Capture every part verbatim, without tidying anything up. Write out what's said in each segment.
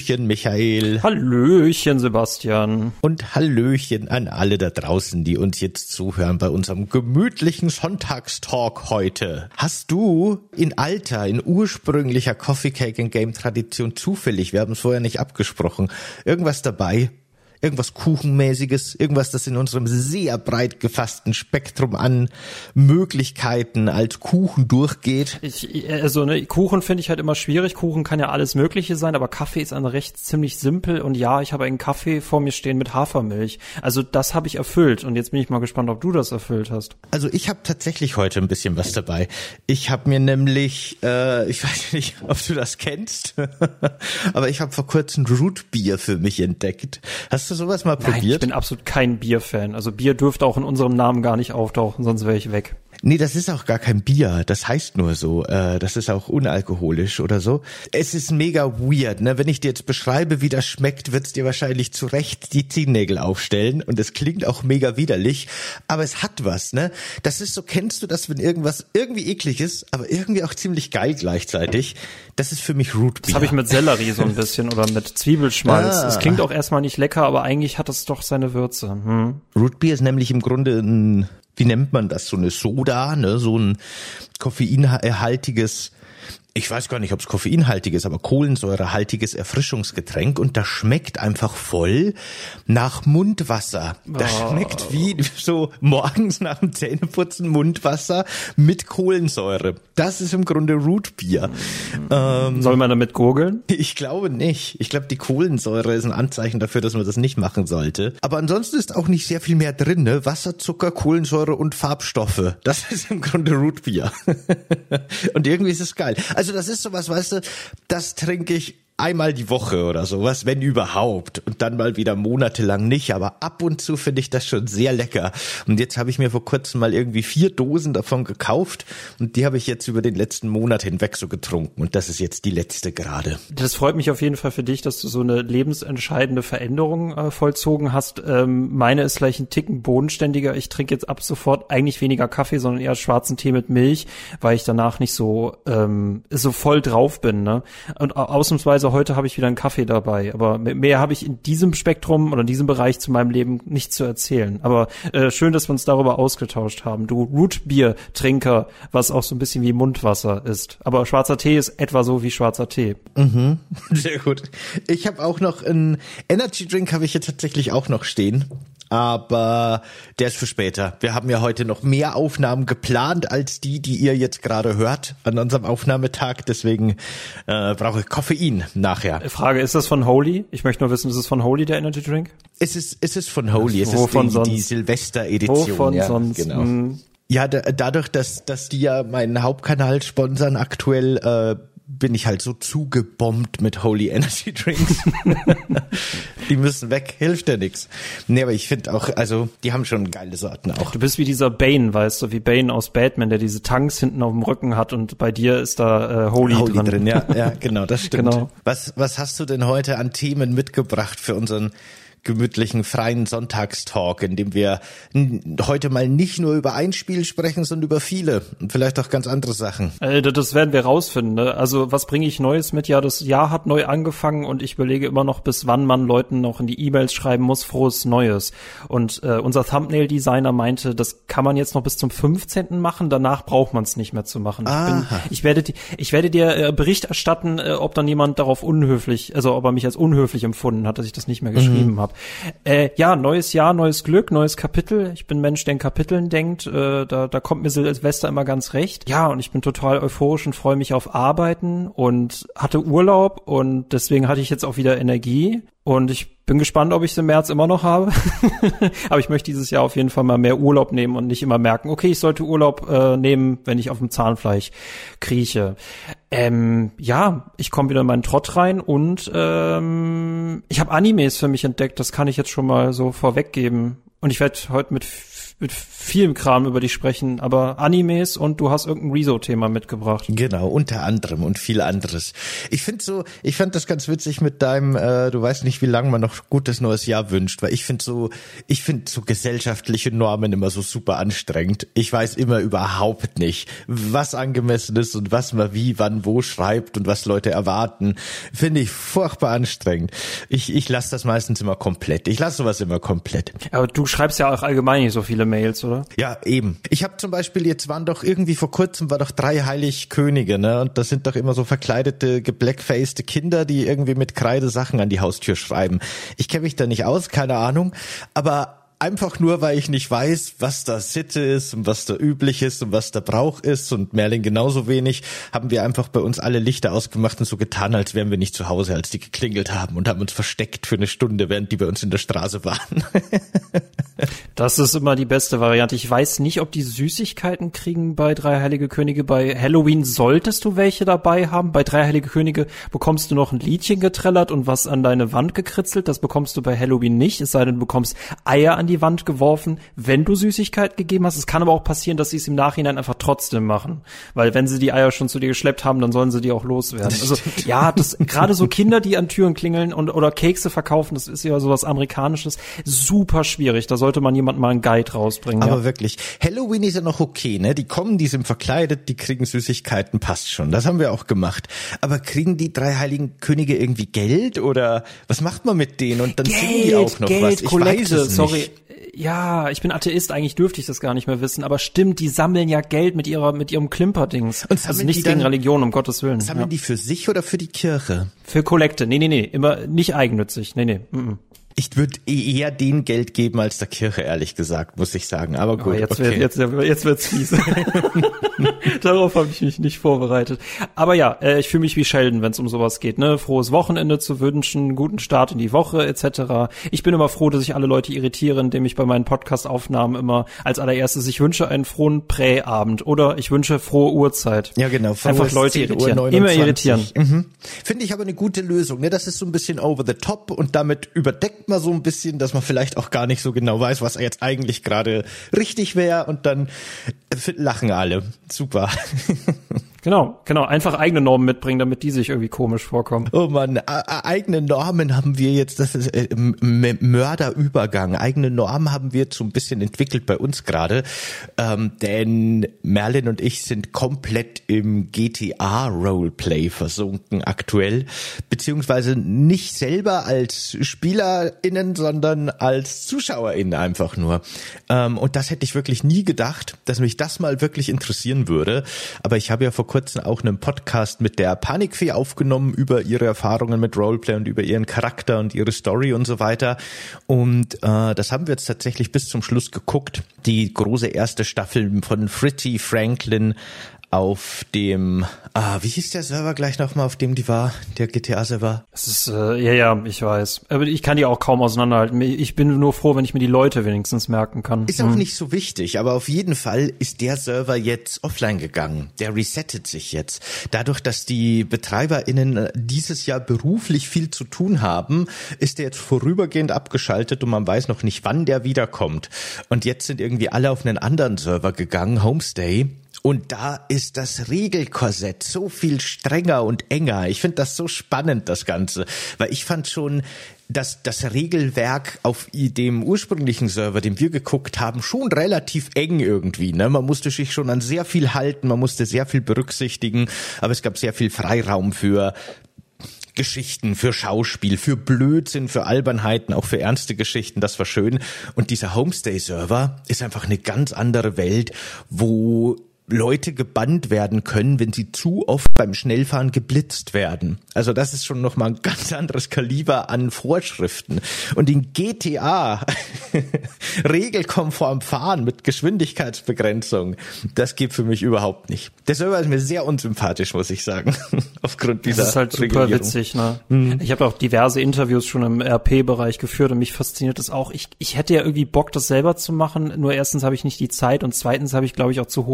Hallöchen, Michael. Hallöchen, Sebastian. Und Hallöchen an alle da draußen, die uns jetzt zuhören bei unserem gemütlichen Sonntagstalk heute. Hast du in alter, in ursprünglicher Coffee Cake and Game Tradition zufällig, wir haben es vorher nicht abgesprochen, irgendwas dabei? Irgendwas Kuchenmäßiges, irgendwas, das in unserem sehr breit gefassten Spektrum an Möglichkeiten als Kuchen durchgeht. Ich, also ne, Kuchen finde ich halt immer schwierig. Kuchen kann ja alles Mögliche sein, aber Kaffee ist an recht ziemlich simpel. Und ja, ich habe einen Kaffee vor mir stehen mit Hafermilch. Also das habe ich erfüllt. Und jetzt bin ich mal gespannt, ob du das erfüllt hast. Also ich habe tatsächlich heute ein bisschen was dabei. Ich habe mir nämlich, äh, ich weiß nicht, ob du das kennst, aber ich habe vor kurzem Rootbier für mich entdeckt. Hast Hast du sowas mal probiert? Nein, ich bin absolut kein Bierfan. Also Bier dürfte auch in unserem Namen gar nicht auftauchen, sonst wäre ich weg. Nee, das ist auch gar kein Bier. Das heißt nur so. Äh, das ist auch unalkoholisch oder so. Es ist mega weird, ne? Wenn ich dir jetzt beschreibe, wie das schmeckt, wird's dir wahrscheinlich zu Recht die Zehennägel aufstellen. Und es klingt auch mega widerlich. Aber es hat was, ne? Das ist so, kennst du das, wenn irgendwas irgendwie eklig ist, aber irgendwie auch ziemlich geil gleichzeitig? Das ist für mich Rootbier. Das habe ich mit Sellerie so ein bisschen oder mit Zwiebelschmalz. Ah. Es klingt auch erstmal nicht lecker, aber eigentlich hat es doch seine Würze. Hm. Rootbier ist nämlich im Grunde ein, wie nennt man das, so eine Soda, ne, so ein koffeinhaltiges, ich weiß gar nicht, ob es koffeinhaltiges, aber kohlensäurehaltiges Erfrischungsgetränk und das schmeckt einfach voll nach Mundwasser. Das oh. schmeckt wie so morgens nach dem Zähneputzen Mundwasser mit Kohlensäure. Das ist im Grunde Rootbier. Mhm. Ähm, Soll man damit gurgeln? Ich glaube nicht. Ich glaube, die Kohlensäure ist ein Anzeichen dafür, dass man das nicht machen sollte. Aber ansonsten ist auch nicht sehr viel mehr drin, ne? Wasser, Zucker, Kohlensäure und Farbstoffe. Das ist im Grunde Rootbier. Und irgendwie ist es geil. Also das ist sowas, weißt du, das trinke ich einmal die Woche oder sowas, wenn überhaupt. Und dann mal wieder monatelang nicht. Aber ab und zu finde ich das schon sehr lecker. Und jetzt habe ich mir vor kurzem mal irgendwie vier Dosen davon gekauft. Und die habe ich jetzt über den letzten Monat hinweg so getrunken. Und das ist jetzt die letzte gerade. Das freut mich auf jeden Fall für dich, dass du so eine lebensentscheidende Veränderung äh, vollzogen hast. Ähm, meine ist gleich ein Ticken bodenständiger. Ich trinke jetzt ab sofort eigentlich weniger Kaffee, sondern eher schwarzen Tee mit Milch, weil ich danach nicht so ähm, so voll drauf bin, ne? Und ausnahmsweise heute habe ich wieder einen Kaffee dabei, aber mehr habe ich in diesem Spektrum oder in diesem Bereich zu meinem Leben nicht zu erzählen. Aber äh, schön, dass wir uns darüber ausgetauscht haben. Du Rootbier-Trinker, was auch so ein bisschen wie Mundwasser ist. Aber schwarzer Tee ist etwa so wie schwarzer Tee. Mhm, sehr gut. Ich habe auch noch einen Energy Drink, habe ich hier tatsächlich auch noch stehen. Aber der ist für später. Wir haben ja heute noch mehr Aufnahmen geplant als die, die ihr jetzt gerade hört an unserem Aufnahmetag. Deswegen äh, brauche ich Koffein nachher. Frage, ist das von Holy? Ich möchte nur wissen, ist es von Holy, der Energy Drink? Es ist, es ist von Holy. Es Wovon ist die, sonst? die Silvester-Edition. Wovon ja, sonst? Genau. Hm. Ja, da, dadurch, dass, dass die ja meinen Hauptkanal sponsern aktuell, äh, bin ich halt so zugebombt mit Holy Energy Drinks. Die müssen weg, hilft ja nix. Nee, aber ich finde auch, also die haben schon geile Sorten auch. Du bist wie dieser Bane, weißt du, wie Bane aus Batman, der diese Tanks hinten auf dem Rücken hat und bei dir ist da äh, Holy, Holy drin. drin. Ja, ja, genau, das stimmt. Genau. Was, was hast du denn heute an Themen mitgebracht für unseren gemütlichen freien Sonntagstalk, in dem wir n- heute mal nicht nur über ein Spiel sprechen, sondern über viele und vielleicht auch ganz andere Sachen. Äh, das werden wir rausfinden. Ne? Also was bringe ich Neues mit? Ja, das Jahr hat neu angefangen und ich überlege immer noch, bis wann man Leuten noch in die E-Mails schreiben muss, frohes Neues. Und äh, unser Thumbnail-Designer meinte, das kann man jetzt noch bis zum fünfzehnten machen, danach braucht man es nicht mehr zu machen. Ich, bin, ich werde die, ich werde dir äh, Bericht erstatten, äh, ob dann jemand darauf unhöflich, also ob er mich als unhöflich empfunden hat, dass ich das nicht mehr geschrieben mhm. habe. Äh, ja, neues Jahr, neues Glück, neues Kapitel. Ich bin ein Mensch, der in Kapiteln denkt. Äh, da, da kommt mir Silvester immer ganz recht. Ja, und ich bin total euphorisch und freue mich auf Arbeiten und hatte Urlaub und deswegen hatte ich jetzt auch wieder Energie. Und ich bin gespannt, ob ich es im März immer noch habe. Aber ich möchte dieses Jahr auf jeden Fall mal mehr Urlaub nehmen und nicht immer merken, okay, ich sollte Urlaub äh, nehmen, wenn ich auf dem Zahnfleisch krieche. Ähm, ja, ich komme wieder in meinen Trott rein und ähm, ich habe Animes für mich entdeckt. Das kann ich jetzt schon mal so vorweggeben. Und ich werde heute mit mit vielem Kram über dich sprechen, aber Animes und du hast irgendein Rezo-Thema mitgebracht. Genau, unter anderem und viel anderes. Ich finde so, ich fand das ganz witzig mit deinem, äh, du weißt nicht, wie lange man noch gutes neues Jahr wünscht, weil ich finde so, ich finde so gesellschaftliche Normen immer so super anstrengend. Ich weiß immer überhaupt nicht, was angemessen ist und was man wie, wann, wo schreibt und was Leute erwarten. Finde ich furchtbar anstrengend. Ich, ich lasse das meistens immer komplett. Ich lasse sowas immer komplett. Aber du schreibst ja auch allgemein nicht so viele Mails, oder? Ja, eben. Ich habe zum Beispiel, jetzt waren doch irgendwie vor kurzem, war doch drei Heiligkönige, ne? Und das sind doch immer so verkleidete, geblackfaced Kinder, die irgendwie mit Kreide Sachen an die Haustür schreiben. Ich kenne mich da nicht aus, keine Ahnung, aber einfach nur, weil ich nicht weiß, was da Sitte ist und was da üblich ist und was da Brauch ist und Merlin genauso wenig, haben wir einfach bei uns alle Lichter ausgemacht und so getan, als wären wir nicht zu Hause, als die geklingelt haben und haben uns versteckt für eine Stunde, während die bei uns in der Straße waren. Das ist immer die beste Variante. Ich weiß nicht, ob die Süßigkeiten kriegen bei Drei Heilige Könige. Bei Halloween solltest du welche dabei haben. Bei Drei Heilige Könige bekommst du noch ein Liedchen getrellert und was an deine Wand gekritzelt. Das bekommst du bei Halloween nicht, es sei denn, du bekommst Eier an die Wand geworfen, wenn du Süßigkeit gegeben hast. Es kann aber auch passieren, dass sie es im Nachhinein einfach trotzdem machen. Weil wenn sie die Eier schon zu dir geschleppt haben, dann sollen sie die auch loswerden. Also ja, das gerade so Kinder, die an Türen klingeln und oder Kekse verkaufen, das ist ja sowas Amerikanisches, super schwierig. Da sollte man jemand mal einen Guide rausbringen. Aber ja. wirklich, Halloween ist ja noch okay, ne? Die kommen, die sind verkleidet, die kriegen Süßigkeiten, passt schon. Das haben wir auch gemacht. Aber kriegen die drei heiligen Könige irgendwie Geld oder was macht man mit denen? Und dann Geld, singen die auch noch Geld, was. Ich Kollekte, weiß es sorry. nicht. Ja, ich bin Atheist, eigentlich dürfte ich das gar nicht mehr wissen, aber stimmt, die sammeln ja Geld mit ihrer mit ihrem Klimperdings. Und also nichts gegen Religion, um Gottes Willen. Sammeln ja. die für sich oder für die Kirche? Für Kollekte. Nee, nee, nee, immer nicht eigennützig. Nee, nee. Mm-mm. Ich würde eher denen Geld geben als der Kirche, ehrlich gesagt, muss ich sagen. Aber gut, oh, jetzt okay. Wird, jetzt, jetzt wird's fies. Darauf habe ich mich nicht vorbereitet. Aber ja, äh, ich fühle mich wie Sheldon, wenn es um sowas geht. Ne, frohes Wochenende zu wünschen, guten Start in die Woche et cetera. Ich bin immer froh, dass ich alle Leute irritiere, indem ich bei meinen Podcast-Aufnahmen immer als allererstes, ich wünsche einen frohen Präabend oder ich wünsche frohe Uhrzeit. Ja, genau. Einfach Leute irritieren. Immer irritieren. Mhm. Finde ich aber eine gute Lösung. Ne? Das ist so ein bisschen over the top und damit überdeckt man so ein bisschen, dass man vielleicht auch gar nicht so genau weiß, was jetzt eigentlich gerade richtig wäre und dann lachen alle. Super. Genau, genau. Einfach eigene Normen mitbringen, damit die sich irgendwie komisch vorkommen. Oh Mann, e- eigene Normen haben wir jetzt, das ist äh, M- Mörderübergang. Eigene Normen haben wir jetzt so ein bisschen entwickelt bei uns gerade, ähm, denn Merlin und ich sind komplett im G T A-Roleplay versunken aktuell, beziehungsweise nicht selber als SpielerInnen, sondern als ZuschauerInnen einfach nur. Ähm, und das hätte ich wirklich nie gedacht, dass mich das mal wirklich interessieren würde. Aber ich habe ja vor kurzem auch einen Podcast mit der Panikfee aufgenommen über ihre Erfahrungen mit Roleplay und über ihren Charakter und ihre Story und so weiter. Und äh, das haben wir jetzt tatsächlich bis zum Schluss geguckt. Die große erste Staffel von Fritty Franklin auf dem, ah, wie hieß der Server gleich nochmal, auf dem die war, der G T A-Server? Das ist, äh, ja, ja, ich weiß. Aber ich kann die auch kaum auseinanderhalten. Ich bin nur froh, wenn ich mir die Leute wenigstens merken kann. Ist auch nicht so wichtig, aber auf jeden Fall ist der Server jetzt offline gegangen. Der resettet sich jetzt. Dadurch, dass die BetreiberInnen dieses Jahr beruflich viel zu tun haben, ist der jetzt vorübergehend abgeschaltet und man weiß noch nicht, wann der wiederkommt. Und jetzt sind irgendwie alle auf einen anderen Server gegangen, Homestay. Und da ist das Regelkorsett so viel strenger und enger. Ich finde das so spannend, das Ganze. Weil ich fand schon, dass das Regelwerk auf dem ursprünglichen Server, den wir geguckt haben, schon relativ eng irgendwie. Ne? Man musste sich schon an sehr viel halten, man musste sehr viel berücksichtigen. Aber es gab sehr viel Freiraum für Geschichten, für Schauspiel, für Blödsinn, für Albernheiten, auch für ernste Geschichten, das war schön. Und dieser Homestay-Server ist einfach eine ganz andere Welt, wo Leute gebannt werden können, wenn sie zu oft beim Schnellfahren geblitzt werden. Also das ist schon nochmal ein ganz anderes Kaliber an Vorschriften. Und in G T A regelkonform fahren mit Geschwindigkeitsbegrenzung, das geht für mich überhaupt nicht. Der Server ist mir sehr unsympathisch, muss ich sagen, aufgrund dieser Das ist halt super Regulierung. witzig, ne? Mhm. Ich habe auch diverse Interviews schon im R P-Bereich geführt und mich fasziniert das auch. Ich, ich hätte ja irgendwie Bock, das selber zu machen, nur erstens habe ich nicht die Zeit und zweitens habe ich, glaube ich, auch zu hohe Erwartungen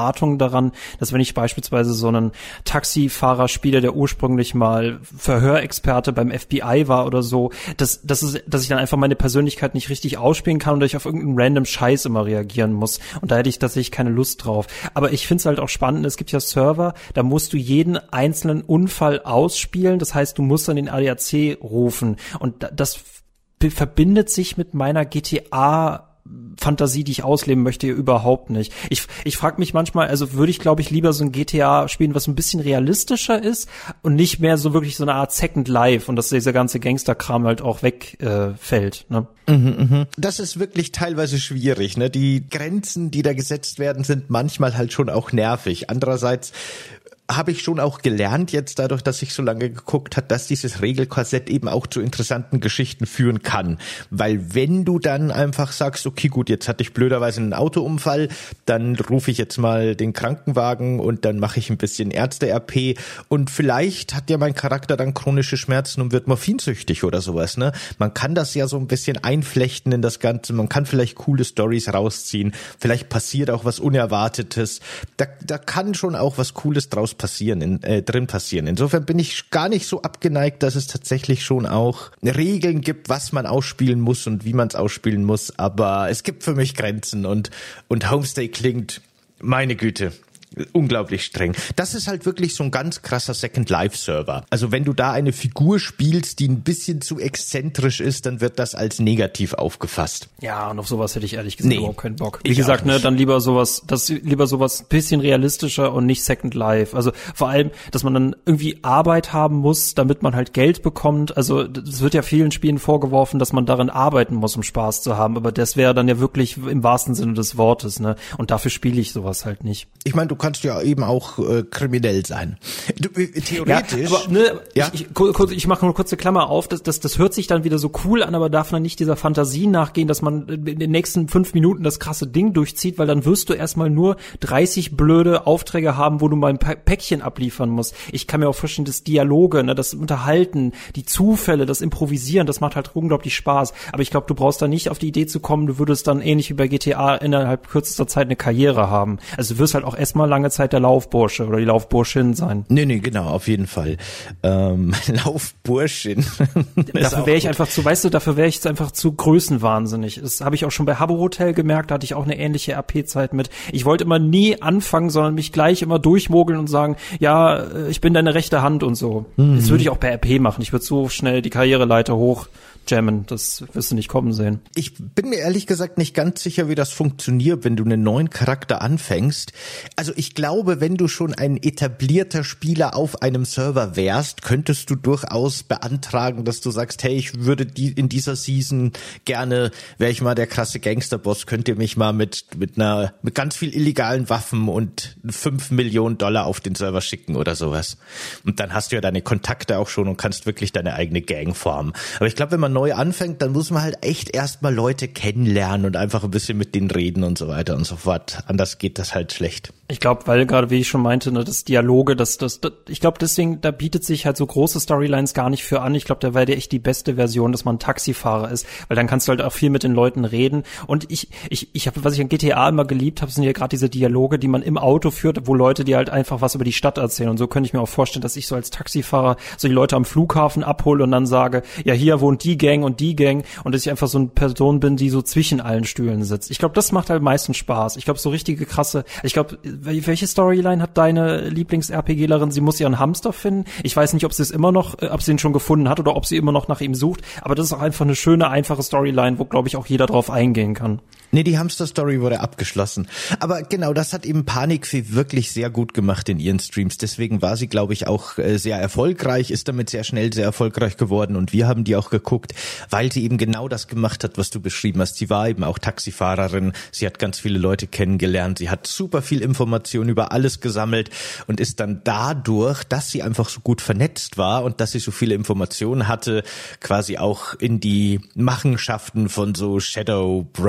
Erwartungen daran, dass wenn ich beispielsweise so einen Taxifahrer spiele, der ursprünglich mal Verhörexperte beim F B I war oder so, dass, dass, es, dass ich dann einfach meine Persönlichkeit nicht richtig ausspielen kann und dass ich auf irgendeinen random Scheiß immer reagieren muss. Und da hätte ich tatsächlich keine Lust drauf. Aber ich finde es halt auch spannend, es gibt ja Server, da musst du jeden einzelnen Unfall ausspielen. Das heißt, du musst dann den A D A C rufen. Und das verbindet sich mit meiner G T A Fantasie, die ich ausleben möchte, überhaupt nicht. Ich, ich frage mich manchmal, also würde ich, glaube ich, lieber so ein G T A spielen, was ein bisschen realistischer ist und nicht mehr so wirklich so eine Art Second Life und dass dieser ganze Gangsterkram halt auch wegfällt. Äh, ne? Mhm, mh. Das ist wirklich teilweise schwierig. Ne? Die Grenzen, die da gesetzt werden, sind manchmal halt schon auch nervig. Andererseits habe ich schon auch gelernt jetzt dadurch, dass ich so lange geguckt habe, dass dieses Regelkorsett eben auch zu interessanten Geschichten führen kann. Weil wenn du dann einfach sagst, okay gut, jetzt hatte ich blöderweise einen Autounfall, dann rufe ich jetzt mal den Krankenwagen und dann mache ich ein bisschen Ärzte-R P und vielleicht hat ja mein Charakter dann chronische Schmerzen und wird morphinsüchtig oder sowas. Ne? Man kann das ja so ein bisschen einflechten in das Ganze, man kann vielleicht coole Storys rausziehen, vielleicht passiert auch was Unerwartetes. Da, da kann schon auch was Cooles draus passieren, in, äh, drin passieren. Insofern bin ich gar nicht so abgeneigt, dass es tatsächlich schon auch Regeln gibt, was man ausspielen muss und wie man es ausspielen muss, aber es gibt für mich Grenzen und, und Homestay klingt, meine Güte, unglaublich streng. Das ist halt wirklich so ein ganz krasser Second-Life-Server. Also wenn du da eine Figur spielst, die ein bisschen zu exzentrisch ist, dann wird das als negativ aufgefasst. Ja, und auf sowas hätte ich ehrlich gesagt nee, überhaupt keinen Bock. Wie ich gesagt, ne, dann lieber sowas, das lieber sowas bisschen realistischer und nicht Second Life. Also vor allem, dass man dann irgendwie Arbeit haben muss, damit man halt Geld bekommt. Also es wird ja vielen Spielen vorgeworfen, dass man darin arbeiten muss, um Spaß zu haben. Aber das wäre dann ja wirklich im wahrsten Sinne des Wortes, ne? Und dafür spiele ich sowas halt nicht. Ich meine, du kannst ja eben auch äh, kriminell sein. Du, theoretisch. Ja, aber, ne, ja? Ich, ich, kurz, ich mache nur eine kurze Klammer auf. Das, das, das hört sich dann wieder so cool an, aber darf man nicht dieser Fantasie nachgehen, dass man in den nächsten fünf Minuten das krasse Ding durchzieht, weil dann wirst du erstmal nur dreißig blöde Aufträge haben, wo du mal ein Päckchen abliefern musst. Ich kann mir auch vorstellen, das Dialoge, ne, das Unterhalten, die Zufälle, das Improvisieren, das macht halt unglaublich Spaß. Aber ich glaube, du brauchst da nicht auf die Idee zu kommen, du würdest dann ähnlich wie bei G T A innerhalb kürzester Zeit eine Karriere haben. Also du wirst halt auch erstmal lange Zeit der Laufbursche oder die Laufburschin sein. Nee, nee, genau, auf jeden Fall. Ähm, Laufburschin. Dafür wäre ich einfach zu, weißt du, dafür wäre ich einfach zu größenwahnsinnig. Das habe ich auch schon bei Habbo Hotel gemerkt, da hatte ich auch eine ähnliche R P-Zeit mit. Ich wollte immer nie anfangen, sondern mich gleich immer durchmogeln und sagen, ja, ich bin deine rechte Hand und so. Mhm. Das würde ich auch bei R P machen. Ich würde so schnell die Karriereleiter hoch jammen, das wirst du nicht kommen sehen. Ich bin mir ehrlich gesagt nicht ganz sicher, wie das funktioniert, wenn du einen neuen Charakter anfängst. Also ich glaube, wenn du schon ein etablierter Spieler auf einem Server wärst, könntest du durchaus beantragen, dass du sagst, hey, ich würde die in dieser Season gerne, wäre ich mal der krasse Gangsterboss, könnt ihr mich mal mit mit einer mit ganz viel illegalen Waffen und fünf Millionen Dollar auf den Server schicken oder sowas. Und dann hast du ja deine Kontakte auch schon und kannst wirklich deine eigene Gang formen. Aber ich glaube, wenn man neu anfängt, dann muss man halt echt erstmal Leute kennenlernen und einfach ein bisschen mit denen reden und so weiter und so fort. Anders geht das halt schlecht. Ich glaube, weil gerade, wie ich schon meinte, ne, das Dialoge, das, das, das ich glaube, deswegen, da bietet sich halt so große Storylines gar nicht für an. Ich glaube, da wäre dir echt die beste Version, dass man Taxifahrer ist, weil dann kannst du halt auch viel mit den Leuten reden. Und ich, ich, ich habe, was ich an G T A immer geliebt habe, sind ja gerade diese Dialoge, die man im Auto führt, wo Leute dir halt einfach was über die Stadt erzählen. Und so könnte ich mir auch vorstellen, dass ich so als Taxifahrer so die Leute am Flughafen abhole und dann sage, ja, hier wohnt die Gang und die Gang, und dass ich einfach so eine Person bin, die so zwischen allen Stühlen sitzt. Ich glaube, das macht halt meistens Spaß. Ich glaube, so richtige krasse, ich glaube, welche Storyline hat deine Lieblings-RPGlerin? Sie muss ihren Hamster finden. Ich weiß nicht, ob sie es immer noch, ob sie ihn schon gefunden hat oder ob sie immer noch nach ihm sucht, aber das ist auch einfach eine schöne, einfache Storyline, wo, glaube ich, auch jeder drauf eingehen kann. Nee, die Hamster-Story wurde abgeschlossen. Aber genau, das hat eben Panikfee wirklich sehr gut gemacht in ihren Streams. Deswegen war sie, glaube ich, auch sehr erfolgreich, ist damit sehr schnell sehr erfolgreich geworden. Und wir haben die auch geguckt, weil sie eben genau das gemacht hat, was du beschrieben hast. Sie war eben auch Taxifahrerin. Sie hat ganz viele Leute kennengelernt. Sie hat super viel Information über alles gesammelt und ist dann dadurch, dass sie einfach so gut vernetzt war und dass sie so viele Informationen hatte, quasi auch in die Machenschaften von so Shadow Broker im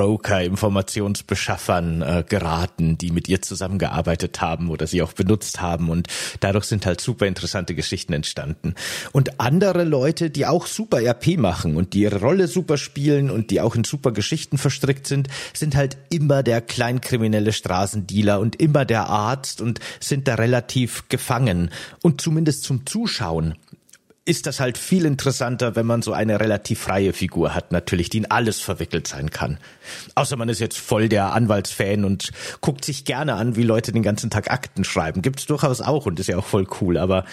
Informationsbeschaffern äh, geraten, die mit ihr zusammengearbeitet haben oder sie auch benutzt haben und dadurch sind halt super interessante Geschichten entstanden. Und andere Leute, die auch super R P machen und die ihre Rolle super spielen und die auch in super Geschichten verstrickt sind, sind halt immer der kleinkriminelle Straßendealer und immer der Arzt und sind da relativ gefangen. Und zumindest zum Zuschauen ist das halt viel interessanter, wenn man so eine relativ freie Figur hat, natürlich, die in alles verwickelt sein kann. Außer man ist jetzt voll der Anwaltsfan und guckt sich gerne an, wie Leute den ganzen Tag Akten schreiben. Gibt's durchaus auch und ist ja auch voll cool, aber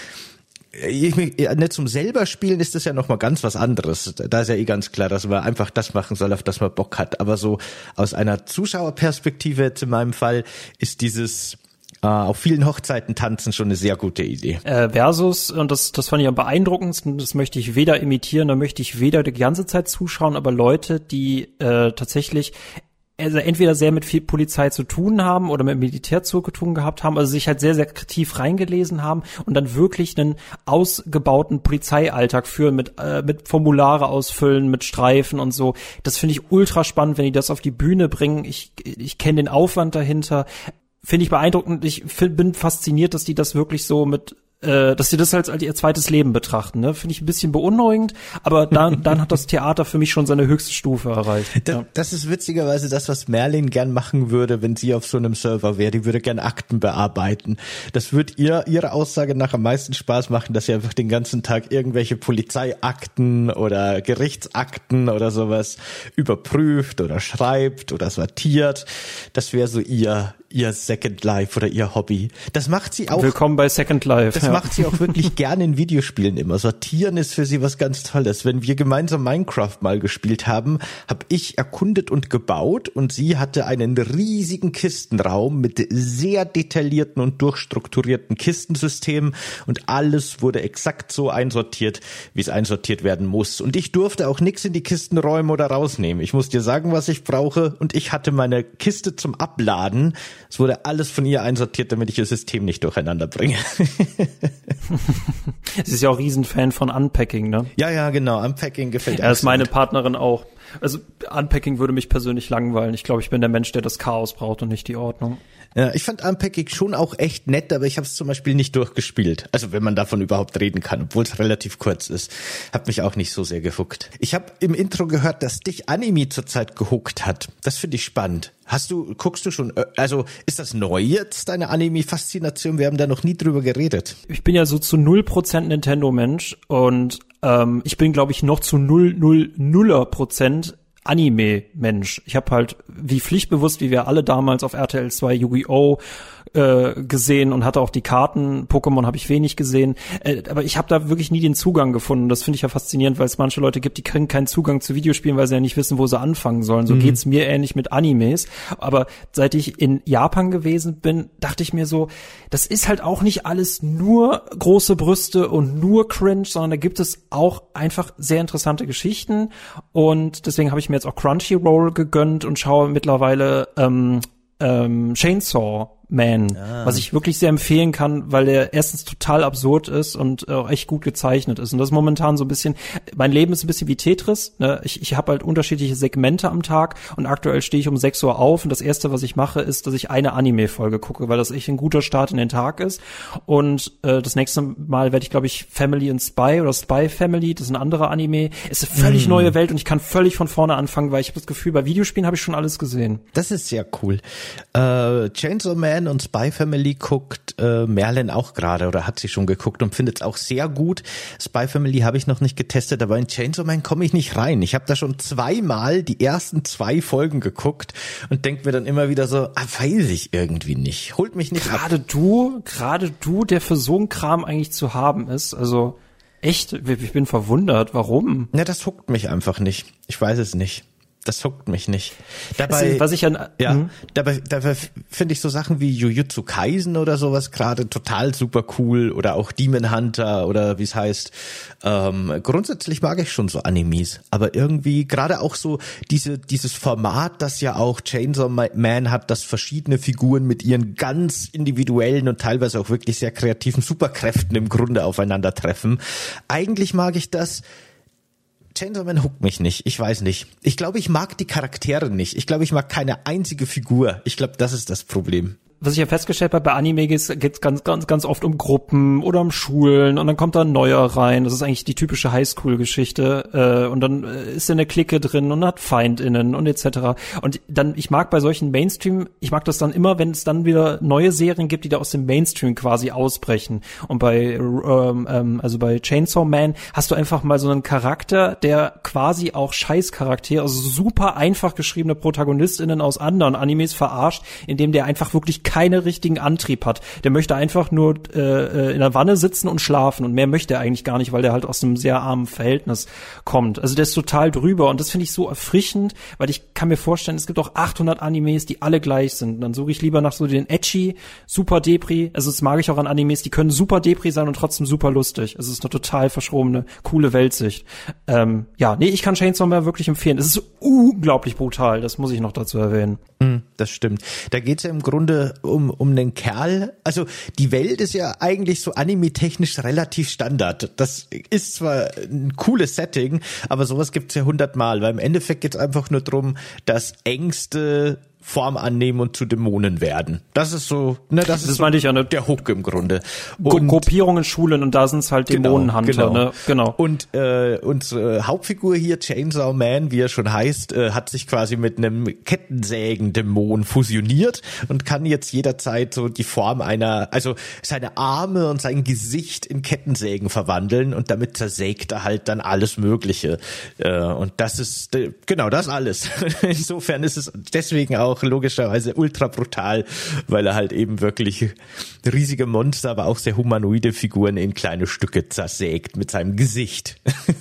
ich, nicht zum selber spielen ist das ja nochmal ganz was anderes. Da ist ja eh ganz klar, dass man einfach das machen soll, auf das man Bock hat. Aber so aus einer Zuschauerperspektive jetzt in meinem Fall ist dieses Uh, auf vielen Hochzeiten tanzen schon eine sehr gute Idee. Äh, versus, und das, das fand ich am beeindruckendsten, das möchte ich weder imitieren, da möchte ich weder die ganze Zeit zuschauen, aber Leute, die äh, tatsächlich also entweder sehr mit viel Polizei zu tun haben oder mit Militär zu tun gehabt haben, also sich halt sehr, sehr tief reingelesen haben und dann wirklich einen ausgebauten Polizeialltag führen mit äh, mit Formulare ausfüllen, mit Streifen und so. Das finde ich ultra spannend, wenn die das auf die Bühne bringen. Ich ich kenne den Aufwand dahinter. Finde ich beeindruckend. Ich find, bin fasziniert, dass die das wirklich so mit, äh, dass sie das als, als ihr zweites Leben betrachten. Ne? Finde ich ein bisschen beunruhigend, aber dann, dann hat das Theater für mich schon seine höchste Stufe erreicht. Das, ja. das ist witzigerweise das, was Merlin gern machen würde, wenn sie auf so einem Server wäre. Die würde gern Akten bearbeiten. Das würde ihr ihrer Aussage nach am meisten Spaß machen, dass sie einfach den ganzen Tag irgendwelche Polizeiakten oder Gerichtsakten oder sowas überprüft oder schreibt oder sortiert. Das wäre so ihr ihr Second Life oder ihr Hobby. Das macht sie auch. Willkommen bei Second Life. Das ja. macht sie auch wirklich gerne in Videospielen immer. Sortieren ist für sie was ganz Tolles. Wenn wir gemeinsam Minecraft mal gespielt haben, habe ich erkundet und gebaut und sie hatte einen riesigen Kistenraum mit sehr detaillierten und durchstrukturierten Kistensystemen und alles wurde exakt so einsortiert, wie es einsortiert werden muss. Und ich durfte auch nichts in die Kisten räumen oder rausnehmen. Ich muss dir sagen, was ich brauche und ich hatte meine Kiste zum Abladen. Es wurde alles von ihr einsortiert, damit ich ihr System nicht durcheinander bringe. Sie ist ja auch Riesenfan von Unpacking, ne? Ja, ja, genau. Unpacking gefällt mir. Ja, das ist meine Partnerin auch. Also Unpacking würde mich persönlich langweilen. Ich glaube, ich bin der Mensch, der das Chaos braucht und nicht die Ordnung. Ja, ich fand Unpacking schon auch echt nett, aber ich habe es zum Beispiel nicht durchgespielt. Also wenn man davon überhaupt reden kann, obwohl es relativ kurz ist. Hat mich auch nicht so sehr gehuckt. Ich habe im Intro gehört, dass dich Anime zurzeit gehuckt hat. Das finde ich spannend. Hast du, guckst du schon, also ist das neu jetzt, deine Anime-Faszination? Wir haben da noch nie drüber geredet. Ich bin ja so zu null Prozent Nintendo-Mensch und ähm, ich bin, glaube ich, noch zu null null nuller Prozent Anime-Mensch. Ich habe halt, wie pflichtbewusst, wie wir alle damals auf R T L zwei Yu-Gi-Oh! Äh, gesehen und hatte auch die Karten. Pokémon habe ich wenig gesehen. Äh, aber ich habe da wirklich nie den Zugang gefunden. Das finde ich ja faszinierend, weil es manche Leute gibt, die kriegen keinen Zugang zu Videospielen, weil sie ja nicht wissen, wo sie anfangen sollen. So mhm. geht's mir ähnlich mit Animes. Aber seit ich in Japan gewesen bin, dachte ich mir so, das ist halt auch nicht alles nur große Brüste und nur Cringe, sondern da gibt es auch einfach sehr interessante Geschichten. Und deswegen habe ich mir jetzt auch Crunchyroll gegönnt und schaue mittlerweile ähm, ähm, Chainsaw Man, ah. was ich wirklich sehr empfehlen kann, weil der erstens total absurd ist und auch echt gut gezeichnet ist. Und das ist momentan so ein bisschen, mein Leben ist ein bisschen wie Tetris. Ne? Ich, ich habe halt unterschiedliche Segmente am Tag und aktuell stehe ich um sechs Uhr auf und das Erste, was ich mache, ist, dass ich eine Anime-Folge gucke, weil das echt ein guter Start in den Tag ist. Und äh, das nächste Mal werde ich, glaube ich, Family and Spy oder Spy Family, das ist ein anderer Anime. Es ist eine völlig mm. neue Welt und ich kann völlig von vorne anfangen, weil ich habe das Gefühl, bei Videospielen habe ich schon alles gesehen. Das ist sehr cool. Äh, Chainsaw Man und Spy Family guckt äh, Merlin auch gerade oder hat sie schon geguckt und findet es auch sehr gut. Spy Family habe ich noch nicht getestet, aber in Chainsaw Man komme ich nicht rein. Ich habe da schon zweimal die ersten zwei Folgen geguckt und denke mir dann immer wieder so, ah, weiß ich irgendwie nicht. Holt mich nicht ab. Gerade du, gerade du, der für so einen Kram eigentlich zu haben ist, also echt, ich bin verwundert. Warum? Na, das huckt mich einfach nicht. Ich weiß es nicht. Das huckt mich nicht. Dabei, was ich an, ja, mhm. dabei, dabei finde ich so Sachen wie Jujutsu Kaisen oder sowas gerade total super cool oder auch Demon Hunter oder wie es heißt. Ähm, grundsätzlich mag ich schon so Animes, aber irgendwie gerade auch so diese dieses Format, das ja auch Chainsaw Man hat, dass verschiedene Figuren mit ihren ganz individuellen und teilweise auch wirklich sehr kreativen Superkräften im Grunde aufeinandertreffen. Eigentlich mag ich das. Chainsaw Man huckt mich nicht. Ich weiß nicht. Ich glaube, ich mag die Charaktere nicht. Ich glaube, ich mag keine einzige Figur. Ich glaube, das ist das Problem. Was ich ja festgestellt habe, bei Anime geht's geht's ganz, ganz, ganz oft um Gruppen oder um Schulen und dann kommt da ein neuer rein. Das ist eigentlich die typische Highschool-Geschichte. Äh, und dann ist er eine Clique drin und hat FeindInnen und et cetera. Und dann, ich mag bei solchen Mainstream, ich mag das dann immer, wenn es dann wieder neue Serien gibt, die da aus dem Mainstream quasi ausbrechen. Und bei, ähm, ähm, also bei Chainsaw Man hast du einfach mal so einen Charakter, der quasi auch Scheißcharakter, also super einfach geschriebene ProtagonistInnen aus anderen Animes verarscht, indem der einfach wirklich keine richtigen Antrieb hat. Der möchte einfach nur äh, in der Wanne sitzen und schlafen und mehr möchte er eigentlich gar nicht, weil der halt aus einem sehr armen Verhältnis kommt. Also der ist total drüber und das finde ich so erfrischend, weil ich kann mir vorstellen, es gibt auch achthundert Animes, die alle gleich sind. Dann suche ich lieber nach so den edgy, super Depri. Also das mag ich auch an Animes, die können super Depri sein und trotzdem super lustig. Es ist eine total verschrobene, coole Weltsicht. Ähm, ja, nee, ich kann Chainsaw Man wirklich empfehlen. Es ist unglaublich brutal, das muss ich noch dazu erwähnen. Mm, das stimmt. Da geht's ja im Grunde um um einen Kerl. Also die Welt ist ja eigentlich so anime-technisch relativ Standard. Das ist zwar ein cooles Setting, aber sowas gibt's ja hundertmal, weil im Endeffekt geht's einfach nur drum, dass Ängste Form annehmen und zu Dämonen werden. Das ist so, ne, das, das ist so ich ja, ne? der Hook im Grunde. Und Gruppierungen, Schulen und da sind's halt Dämonenhunter, genau, genau. ne? Genau. Und äh, unsere Hauptfigur hier, Chainsaw Man, wie er schon heißt, äh, hat sich quasi mit einem Kettensägen-Dämon fusioniert und kann jetzt jederzeit so die Form einer, also seine Arme und sein Gesicht in Kettensägen verwandeln und damit zersägt er halt dann alles Mögliche. Äh, und das ist, äh, genau, das alles. Insofern ist es deswegen auch auch logischerweise ultra brutal, weil er halt eben wirklich riesige Monster, aber auch sehr humanoide Figuren in kleine Stücke zersägt mit seinem Gesicht.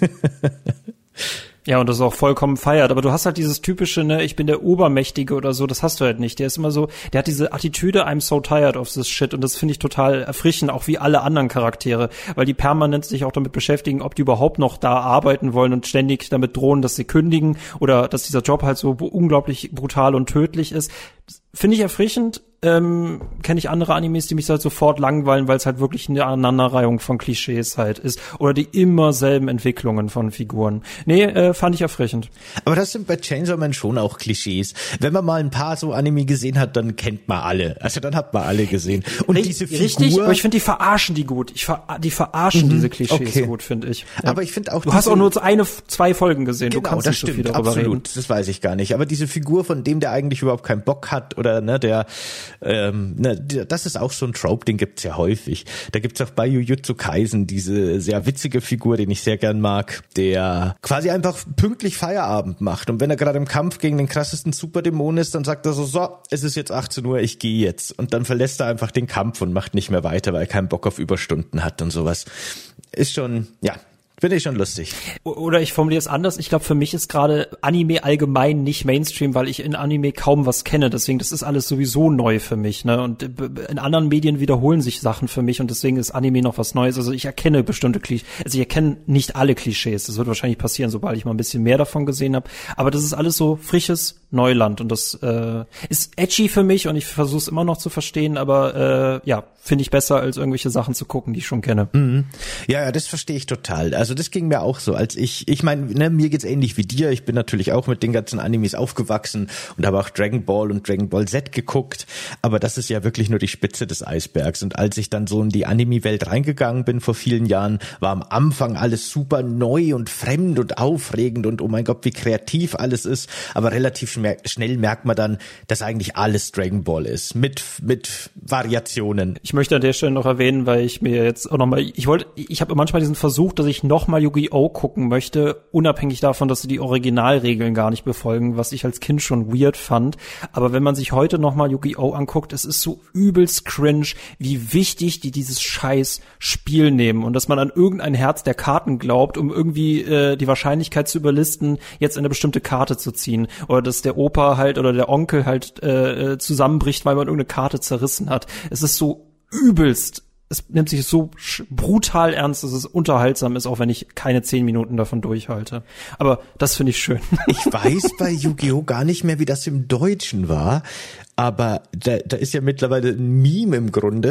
Ja, und das ist auch vollkommen feiert. Aber du hast halt dieses typische, ne, ich bin der Obermächtige oder so, das hast du halt nicht. Der ist immer so, der hat diese Attitüde, I'm so tired of this shit. Und das finde ich total erfrischend, auch wie alle anderen Charaktere. Weil die permanent sich auch damit beschäftigen, ob die überhaupt noch da arbeiten wollen und ständig damit drohen, dass sie kündigen oder dass dieser Job halt so unglaublich brutal und tödlich ist. Finde ich erfrischend. Ähm, kenne ich andere Animes, die mich halt sofort langweilen, weil es halt wirklich eine Aneinanderreihung von Klischees halt ist. Oder die immer selben Entwicklungen von Figuren. Nee, äh, fand ich erfrischend. Aber das sind bei Chainsaw Man schon auch Klischees. Wenn man mal ein paar so Anime gesehen hat, dann kennt man alle. Also dann hat man alle gesehen. Und Richtig, diese Figur... Richtig, aber ich finde, die verarschen die gut. Ich ver die verarschen mhm, diese Klischees okay. gut, finde ich. Ja. Aber ich finde auch... Du hast auch nur eine, zwei Folgen gesehen. Genau, du kannst das nicht stimmt, so viel darüber absolut. reden. Das weiß ich gar nicht. Aber diese Figur, von dem der eigentlich überhaupt keinen Bock hat oder ne, der... Ähm, ne, das ist auch so ein Trope, den gibt's ja häufig. Da gibt's auch bei Jujutsu Kaisen diese sehr witzige Figur, den ich sehr gern mag, der quasi einfach pünktlich Feierabend macht. Und wenn er gerade im Kampf gegen den krassesten Superdämon ist, dann sagt er so, so, es ist jetzt achtzehn Uhr, ich gehe jetzt. Und dann verlässt er einfach den Kampf und macht nicht mehr weiter, weil er keinen Bock auf Überstunden hat und sowas. Ist schon, ja... Finde ich schon lustig. Oder ich formuliere es anders. Ich glaube, für mich ist gerade Anime allgemein nicht Mainstream, weil ich in Anime kaum was kenne. Deswegen, das ist alles sowieso neu für mich, ne? Und in anderen Medien wiederholen sich Sachen für mich und deswegen ist Anime noch was Neues. Also ich erkenne bestimmte Klischees. Also ich erkenne nicht alle Klischees. Das wird wahrscheinlich passieren, sobald ich mal ein bisschen mehr davon gesehen habe. Aber das ist alles so frisches Neuland und das äh, ist edgy für mich und ich versuche es immer noch zu verstehen, aber äh, ja, finde ich besser, als irgendwelche Sachen zu gucken, die ich schon kenne. Mhm. Ja, ja, das verstehe ich total. Also das ging mir auch so, als ich, ich meine, ne, mir geht's ähnlich wie dir. Ich bin natürlich auch mit den ganzen Animes aufgewachsen und habe auch Dragon Ball und Dragon Ball Z geguckt, aber das ist ja wirklich nur die Spitze des Eisbergs. Und als ich dann so in die Anime-Welt reingegangen bin vor vielen Jahren, war am Anfang alles super neu und fremd und aufregend und oh mein Gott, wie kreativ alles ist, aber relativ schnell merkt man dann, dass eigentlich alles Dragon Ball ist, mit mit Variationen. Ich möchte an der Stelle noch erwähnen, weil ich mir jetzt auch nochmal, ich wollte, ich habe manchmal diesen Versuch, dass ich nochmal Yu-Gi-Oh! Gucken möchte, unabhängig davon, dass sie die Originalregeln gar nicht befolgen, was ich als Kind schon weird fand. Aber wenn man sich heute nochmal Yu-Gi-Oh! Anguckt, es ist so übelst cringe, wie wichtig die dieses scheiß Spiel nehmen und dass man an irgendein Herz der Karten glaubt, um irgendwie äh, die Wahrscheinlichkeit zu überlisten, jetzt eine bestimmte Karte zu ziehen. Oder dass der Opa halt oder der Onkel halt äh, zusammenbricht, weil man irgendeine Karte zerrissen hat. Es ist so übelst. Es nimmt sich so brutal ernst, dass es unterhaltsam ist, auch wenn ich keine zehn Minuten davon durchhalte. Aber das finde ich schön. Ich weiß bei Yu-Gi-Oh! Gar nicht mehr, wie das im Deutschen war, aber da, da ist ja mittlerweile ein Meme im Grunde,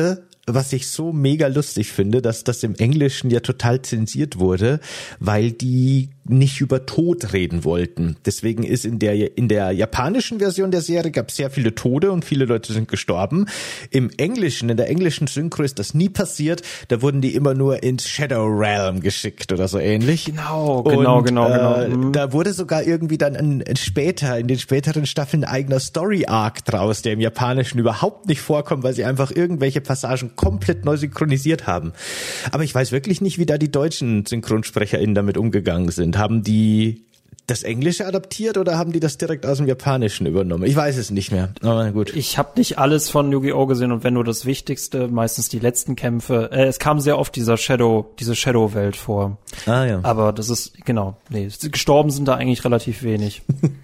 was ich so mega lustig finde, dass das im Englischen ja total zensiert wurde, weil die nicht über Tod reden wollten. Deswegen ist in der in der japanischen Version der Serie gab es sehr viele Tode und viele Leute sind gestorben. Im Englischen, in der englischen Synchro ist das nie passiert. Da wurden die immer nur ins Shadow Realm geschickt oder so ähnlich. Genau, genau, und, genau, genau. äh, Mhm. Da wurde sogar irgendwie dann ein, ein später, in den späteren Staffeln ein eigener Story-Arc draus, der im Japanischen überhaupt nicht vorkommt, weil sie einfach irgendwelche Passagen komplett neu synchronisiert haben. Aber ich weiß wirklich nicht, wie da die deutschen SynchronsprecherInnen damit umgegangen sind. Haben die das Englische adaptiert oder haben die das direkt aus dem Japanischen übernommen? Ich weiß es nicht mehr, aber gut. Ich habe nicht alles von Yu-Gi-Oh! Gesehen und wenn nur das Wichtigste, meistens die letzten Kämpfe. Äh, es kam sehr oft dieser Shadow, diese Shadow-Welt vor. Ah ja. Aber das ist, genau, nee, gestorben sind da eigentlich relativ wenig.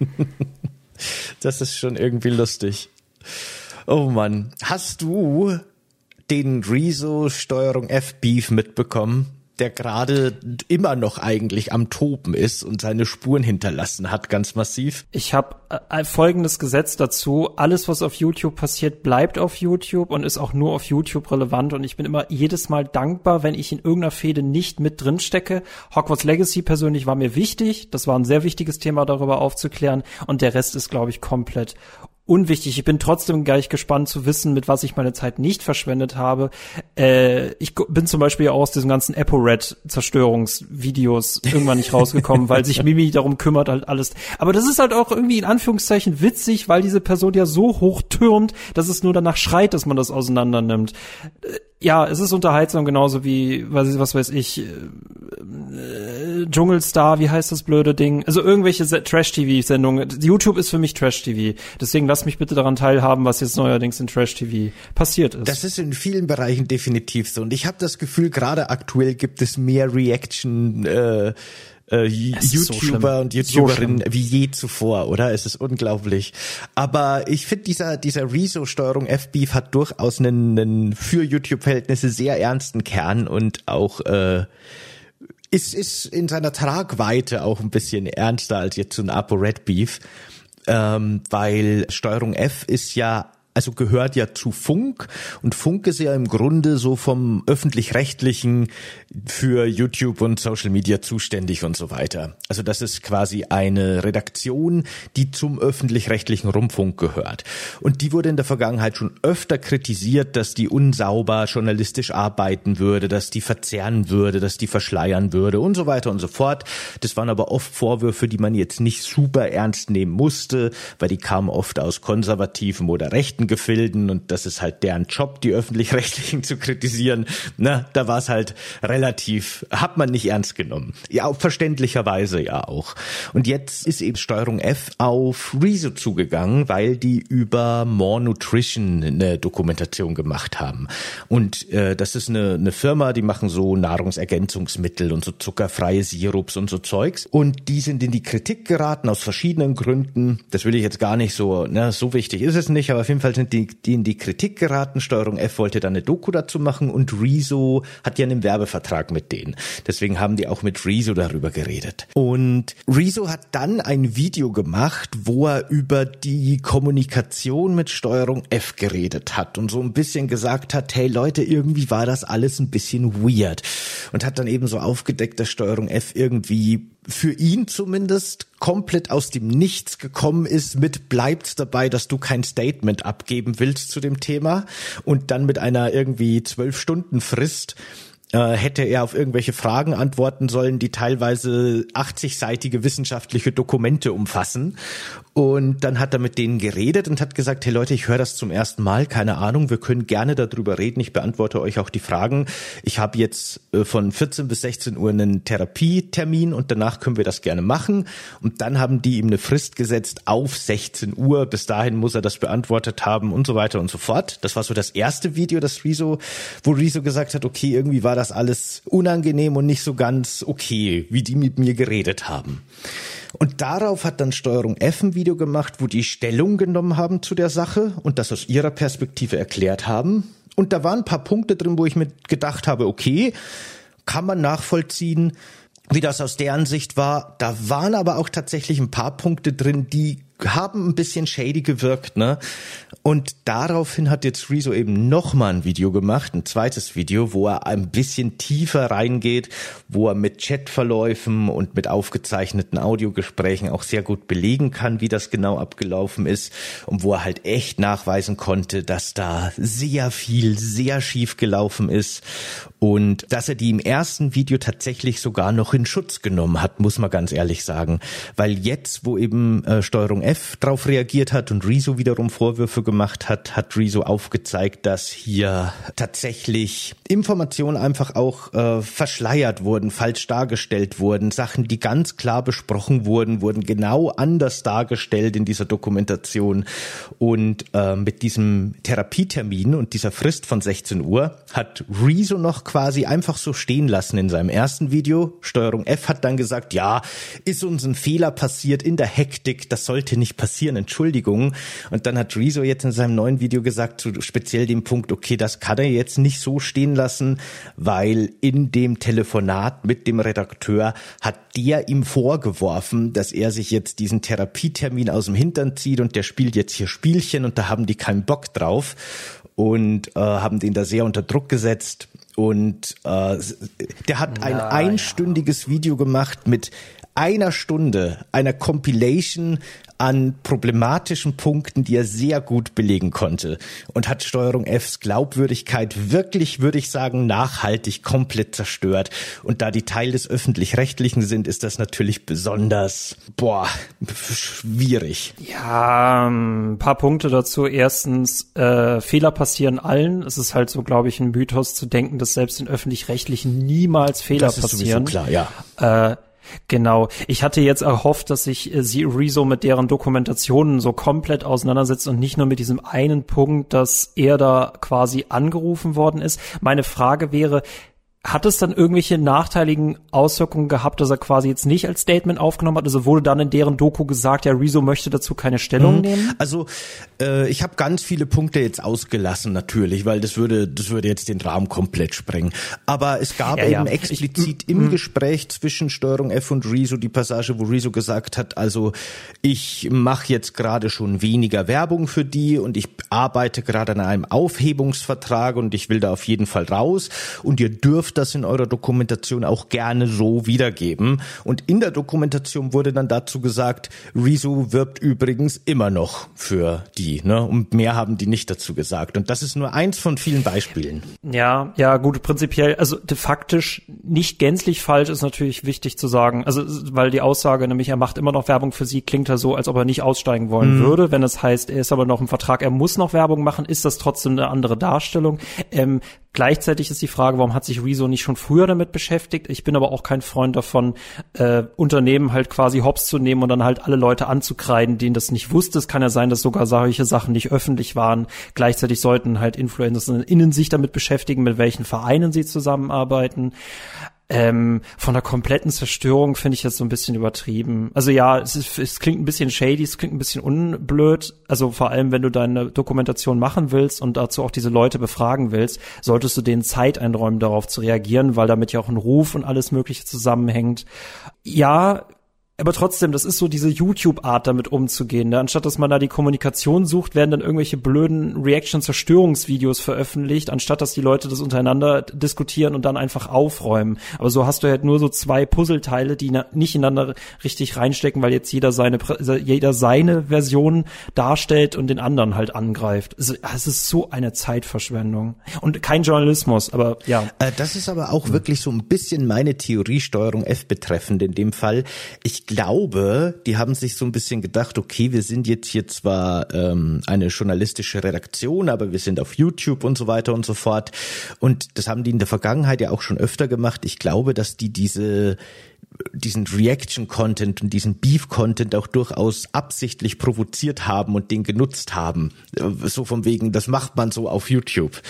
Das ist schon irgendwie lustig. Oh Mann, hast du den Rezo Steuerung F Beef mitbekommen, der gerade immer noch eigentlich am Toben ist und seine Spuren hinterlassen hat, ganz massiv? Ich habe äh, folgendes Gesetz dazu: Alles, was auf YouTube passiert, bleibt auf YouTube und ist auch nur auf YouTube relevant. Und ich bin immer jedes Mal dankbar, wenn ich in irgendeiner Fehde nicht mit drin stecke. Hogwarts Legacy persönlich war mir wichtig. Das war ein sehr wichtiges Thema, darüber aufzuklären. Und der Rest ist, glaube ich, komplett unwichtig. Ich bin trotzdem gleich gespannt zu wissen, mit was ich meine Zeit nicht verschwendet habe. Äh, ich bin zum Beispiel auch aus diesen ganzen ApoRed-Zerstörungsvideos irgendwann nicht rausgekommen, weil sich Mimi darum kümmert, halt alles. Aber das ist halt auch irgendwie in Anführungszeichen witzig, weil diese Person ja so hoch türmt, dass es nur danach schreit, dass man das auseinander nimmt. Äh, ja, es ist unterhaltsam, genauso wie, was, was weiß ich, äh, äh, Dschungelstar, wie heißt das blöde Ding? Also irgendwelche Trash-T V-Sendungen. YouTube ist für mich Trash-T V. Deswegen lass mich bitte daran teilhaben, was jetzt neuerdings in Trash-T V passiert ist. Das ist in vielen Bereichen definitiv so. Und ich habe das Gefühl, gerade aktuell gibt es mehr Reaction äh, äh, YouTuber so und YouTuberinnen so wie je zuvor, oder? Es ist unglaublich. Aber ich finde, dieser dieser Rezo-Steuerung F-Beef hat durchaus einen, einen für YouTube-Verhältnisse sehr ernsten Kern und auch äh, ist ist in seiner Tragweite auch ein bisschen ernster als jetzt so ein ApoRed-Beef. Ähm, weil Steuerung F ist ja, also gehört ja zu Funk und Funk ist ja im Grunde so vom Öffentlich-Rechtlichen für YouTube und Social Media zuständig und so weiter. Also das ist quasi eine Redaktion, die zum Öffentlich-Rechtlichen Rundfunk gehört. Und die wurde in der Vergangenheit schon öfter kritisiert, dass die unsauber journalistisch arbeiten würde, dass die verzerren würde, dass die verschleiern würde und so weiter und so fort. Das waren aber oft Vorwürfe, die man jetzt nicht super ernst nehmen musste, weil die kamen oft aus konservativen oder rechten Gefilden und das ist halt deren Job, die Öffentlich-Rechtlichen zu kritisieren. Na, da war es halt relativ, hat man nicht ernst genommen. Ja, verständlicherweise ja auch. Und jetzt ist eben Steuerung F auf Rezo zugegangen, weil die über More Nutrition eine Dokumentation gemacht haben. Und äh, das ist eine, eine Firma, die machen so Nahrungsergänzungsmittel und so zuckerfreie Sirups und so Zeugs. Und die sind in die Kritik geraten aus verschiedenen Gründen. Das will ich jetzt gar nicht so, ne, so wichtig ist es nicht, aber auf jeden Fall sind die, die in die Kritik geraten. Steuerung F wollte dann eine Doku dazu machen und Rezo hat ja einen Werbevertrag mit denen. Deswegen haben die auch mit Rezo darüber geredet. Und Rezo hat dann ein Video gemacht, wo er über die Kommunikation mit Steuerung F geredet hat und so ein bisschen gesagt hat, hey Leute, irgendwie war das alles ein bisschen weird. Und hat dann eben so aufgedeckt, dass Steuerung F irgendwie für ihn zumindest komplett aus dem Nichts gekommen ist mit bleibt's dabei, dass du kein Statement abgeben willst zu dem Thema und dann mit einer irgendwie zwölf Stunden Frist äh, hätte er auf irgendwelche Fragen antworten sollen, die teilweise achtzig-seitige wissenschaftliche Dokumente umfassen. Und dann hat er mit denen geredet und hat gesagt, hey Leute, ich höre das zum ersten Mal, keine Ahnung, wir können gerne darüber reden, ich beantworte euch auch die Fragen. Ich habe jetzt äh, von vierzehn bis sechzehn Uhr einen Therapietermin und danach können wir das gerne machen. Und dann haben die ihm eine Frist gesetzt auf sechzehn Uhr, bis dahin muss er das beantwortet haben und so weiter und so fort. Das war so das erste Video, das Rezo, wo Rezo gesagt hat, okay, irgendwie war das alles unangenehm und nicht so ganz okay, wie die mit mir geredet haben. Und darauf hat dann Steuerung F ein Video gemacht, wo die Stellung genommen haben zu der Sache und das aus ihrer Perspektive erklärt haben. Und da waren ein paar Punkte drin, wo ich mir gedacht habe, okay, kann man nachvollziehen, wie das aus deren Sicht war. Da waren aber auch tatsächlich ein paar Punkte drin, die haben ein bisschen shady gewirkt, ne? Und daraufhin hat jetzt Rezo eben nochmal ein Video gemacht, ein zweites Video, wo er ein bisschen tiefer reingeht, wo er mit Chatverläufen und mit aufgezeichneten Audiogesprächen auch sehr gut belegen kann, wie das genau abgelaufen ist und wo er halt echt nachweisen konnte, dass da sehr viel, sehr schief gelaufen ist und dass er die im ersten Video tatsächlich sogar noch in Schutz genommen hat, muss man ganz ehrlich sagen. Weil jetzt, wo eben äh, Steuerung F drauf reagiert hat und Rezo wiederum Vorwürfe gemacht hat, hat Rezo aufgezeigt, dass hier tatsächlich Informationen einfach auch äh, verschleiert wurden, falsch dargestellt wurden. Sachen, die ganz klar besprochen wurden, wurden genau anders dargestellt in dieser Dokumentation. Und äh, mit diesem Therapietermin und dieser Frist von sechzehn Uhr hat Rezo noch quasi einfach so stehen lassen in seinem ersten Video. Steuerung F hat dann gesagt, ja, ist uns ein Fehler passiert in der Hektik, das sollte nicht passieren, Entschuldigung. Und dann hat Rezo jetzt in seinem neuen Video gesagt, zu speziell dem Punkt, okay, das kann er jetzt nicht so stehen lassen, weil in dem Telefonat mit dem Redakteur hat der ihm vorgeworfen, dass er sich jetzt diesen Therapietermin aus dem Hintern zieht und der spielt jetzt hier Spielchen und da haben die keinen Bock drauf und äh, haben den da sehr unter Druck gesetzt. Und äh, der hat ein ja, einstündiges ja. Video gemacht mit einer Stunde, einer Compilation an problematischen Punkten, die er sehr gut belegen konnte und hat Steuerung Fs Glaubwürdigkeit wirklich, würde ich sagen, nachhaltig komplett zerstört. Und da die Teil des Öffentlich-Rechtlichen sind, ist das natürlich besonders, boah, schwierig. Ja, ein paar Punkte dazu. Erstens, äh, Fehler passieren allen. Es ist halt so, glaube ich, ein Mythos zu denken, dass selbst in Öffentlich-Rechtlichen niemals Fehler das ist passieren. Sowieso klar, ja. Äh, Genau. Ich hatte jetzt erhofft, dass sich äh, sie Rezo mit deren Dokumentationen so komplett auseinandersetzt und nicht nur mit diesem einen Punkt, dass er da quasi angerufen worden ist. Meine Frage wäre, hat es dann irgendwelche nachteiligen Auswirkungen gehabt, dass er quasi jetzt nicht als Statement aufgenommen hat? Also wurde dann in deren Doku gesagt, ja, Rezo möchte dazu keine Stellung mhm. nehmen? Also äh, ich habe ganz viele Punkte jetzt ausgelassen natürlich, weil das würde das würde jetzt den Rahmen komplett sprengen. Aber es gab ja, eben ja. explizit ich, im m- Gespräch zwischen Steuerung F und Rezo die Passage, wo Rezo gesagt hat, also ich mache jetzt gerade schon weniger Werbung für die und ich arbeite gerade an einem Aufhebungsvertrag und ich will da auf jeden Fall raus und ihr dürft das in eurer Dokumentation auch gerne so wiedergeben. Und in der Dokumentation wurde dann dazu gesagt, Rezo wirbt übrigens immer noch für die, ne? Und mehr haben die nicht dazu gesagt. Und das ist nur eins von vielen Beispielen. Ja, ja, gut, prinzipiell, also de faktisch nicht gänzlich falsch ist natürlich wichtig zu sagen. Also, weil die Aussage, nämlich er macht immer noch Werbung für sie, klingt ja so, als ob er nicht aussteigen wollen mhm. würde. Wenn es heißt, er ist aber noch im Vertrag, er muss noch Werbung machen, ist das trotzdem eine andere Darstellung. Ähm, Gleichzeitig ist die Frage, warum hat sich Rezo nicht schon früher damit beschäftigt? Ich bin aber auch kein Freund davon, äh, Unternehmen halt quasi hops zu nehmen und dann halt alle Leute anzukreiden, denen das nicht wusste. Es kann ja sein, dass sogar solche Sachen nicht öffentlich waren. Gleichzeitig sollten halt InfluencerInnen sich damit beschäftigen, mit welchen Vereinen sie zusammenarbeiten. Ähm, von der kompletten Zerstörung finde ich jetzt so ein bisschen übertrieben. Also ja, es, ist, es klingt ein bisschen shady, es klingt ein bisschen unblöd. Also vor allem, wenn du deine Dokumentation machen willst und dazu auch diese Leute befragen willst, solltest du denen Zeit einräumen, darauf zu reagieren, weil damit ja auch ein Ruf und alles Mögliche zusammenhängt. Ja, aber trotzdem, das ist so diese YouTube-Art, damit umzugehen. Ne? Anstatt dass man da die Kommunikation sucht, werden dann irgendwelche blöden Reaction-Zerstörungsvideos veröffentlicht, anstatt dass die Leute das untereinander diskutieren und dann einfach aufräumen. Aber so hast du halt nur so zwei Puzzleteile, die na- nicht ineinander richtig reinstecken, weil jetzt jeder seine jeder seine Version darstellt und den anderen halt angreift. Es, es ist so eine Zeitverschwendung. Und kein Journalismus, aber ja. Äh, das ist aber auch mhm. wirklich so ein bisschen meine Theorie Steuerung F betreffend in dem Fall. Ich Ich glaube, die haben sich so ein bisschen gedacht, okay, wir sind jetzt hier zwar ähm, eine journalistische Redaktion, aber wir sind auf YouTube und so weiter und so fort. Und das haben die in der Vergangenheit ja auch schon öfter gemacht. Ich glaube, dass die diese diesen Reaction-Content und diesen Beef-Content auch durchaus absichtlich provoziert haben und den genutzt haben. So von wegen, das macht man so auf YouTube.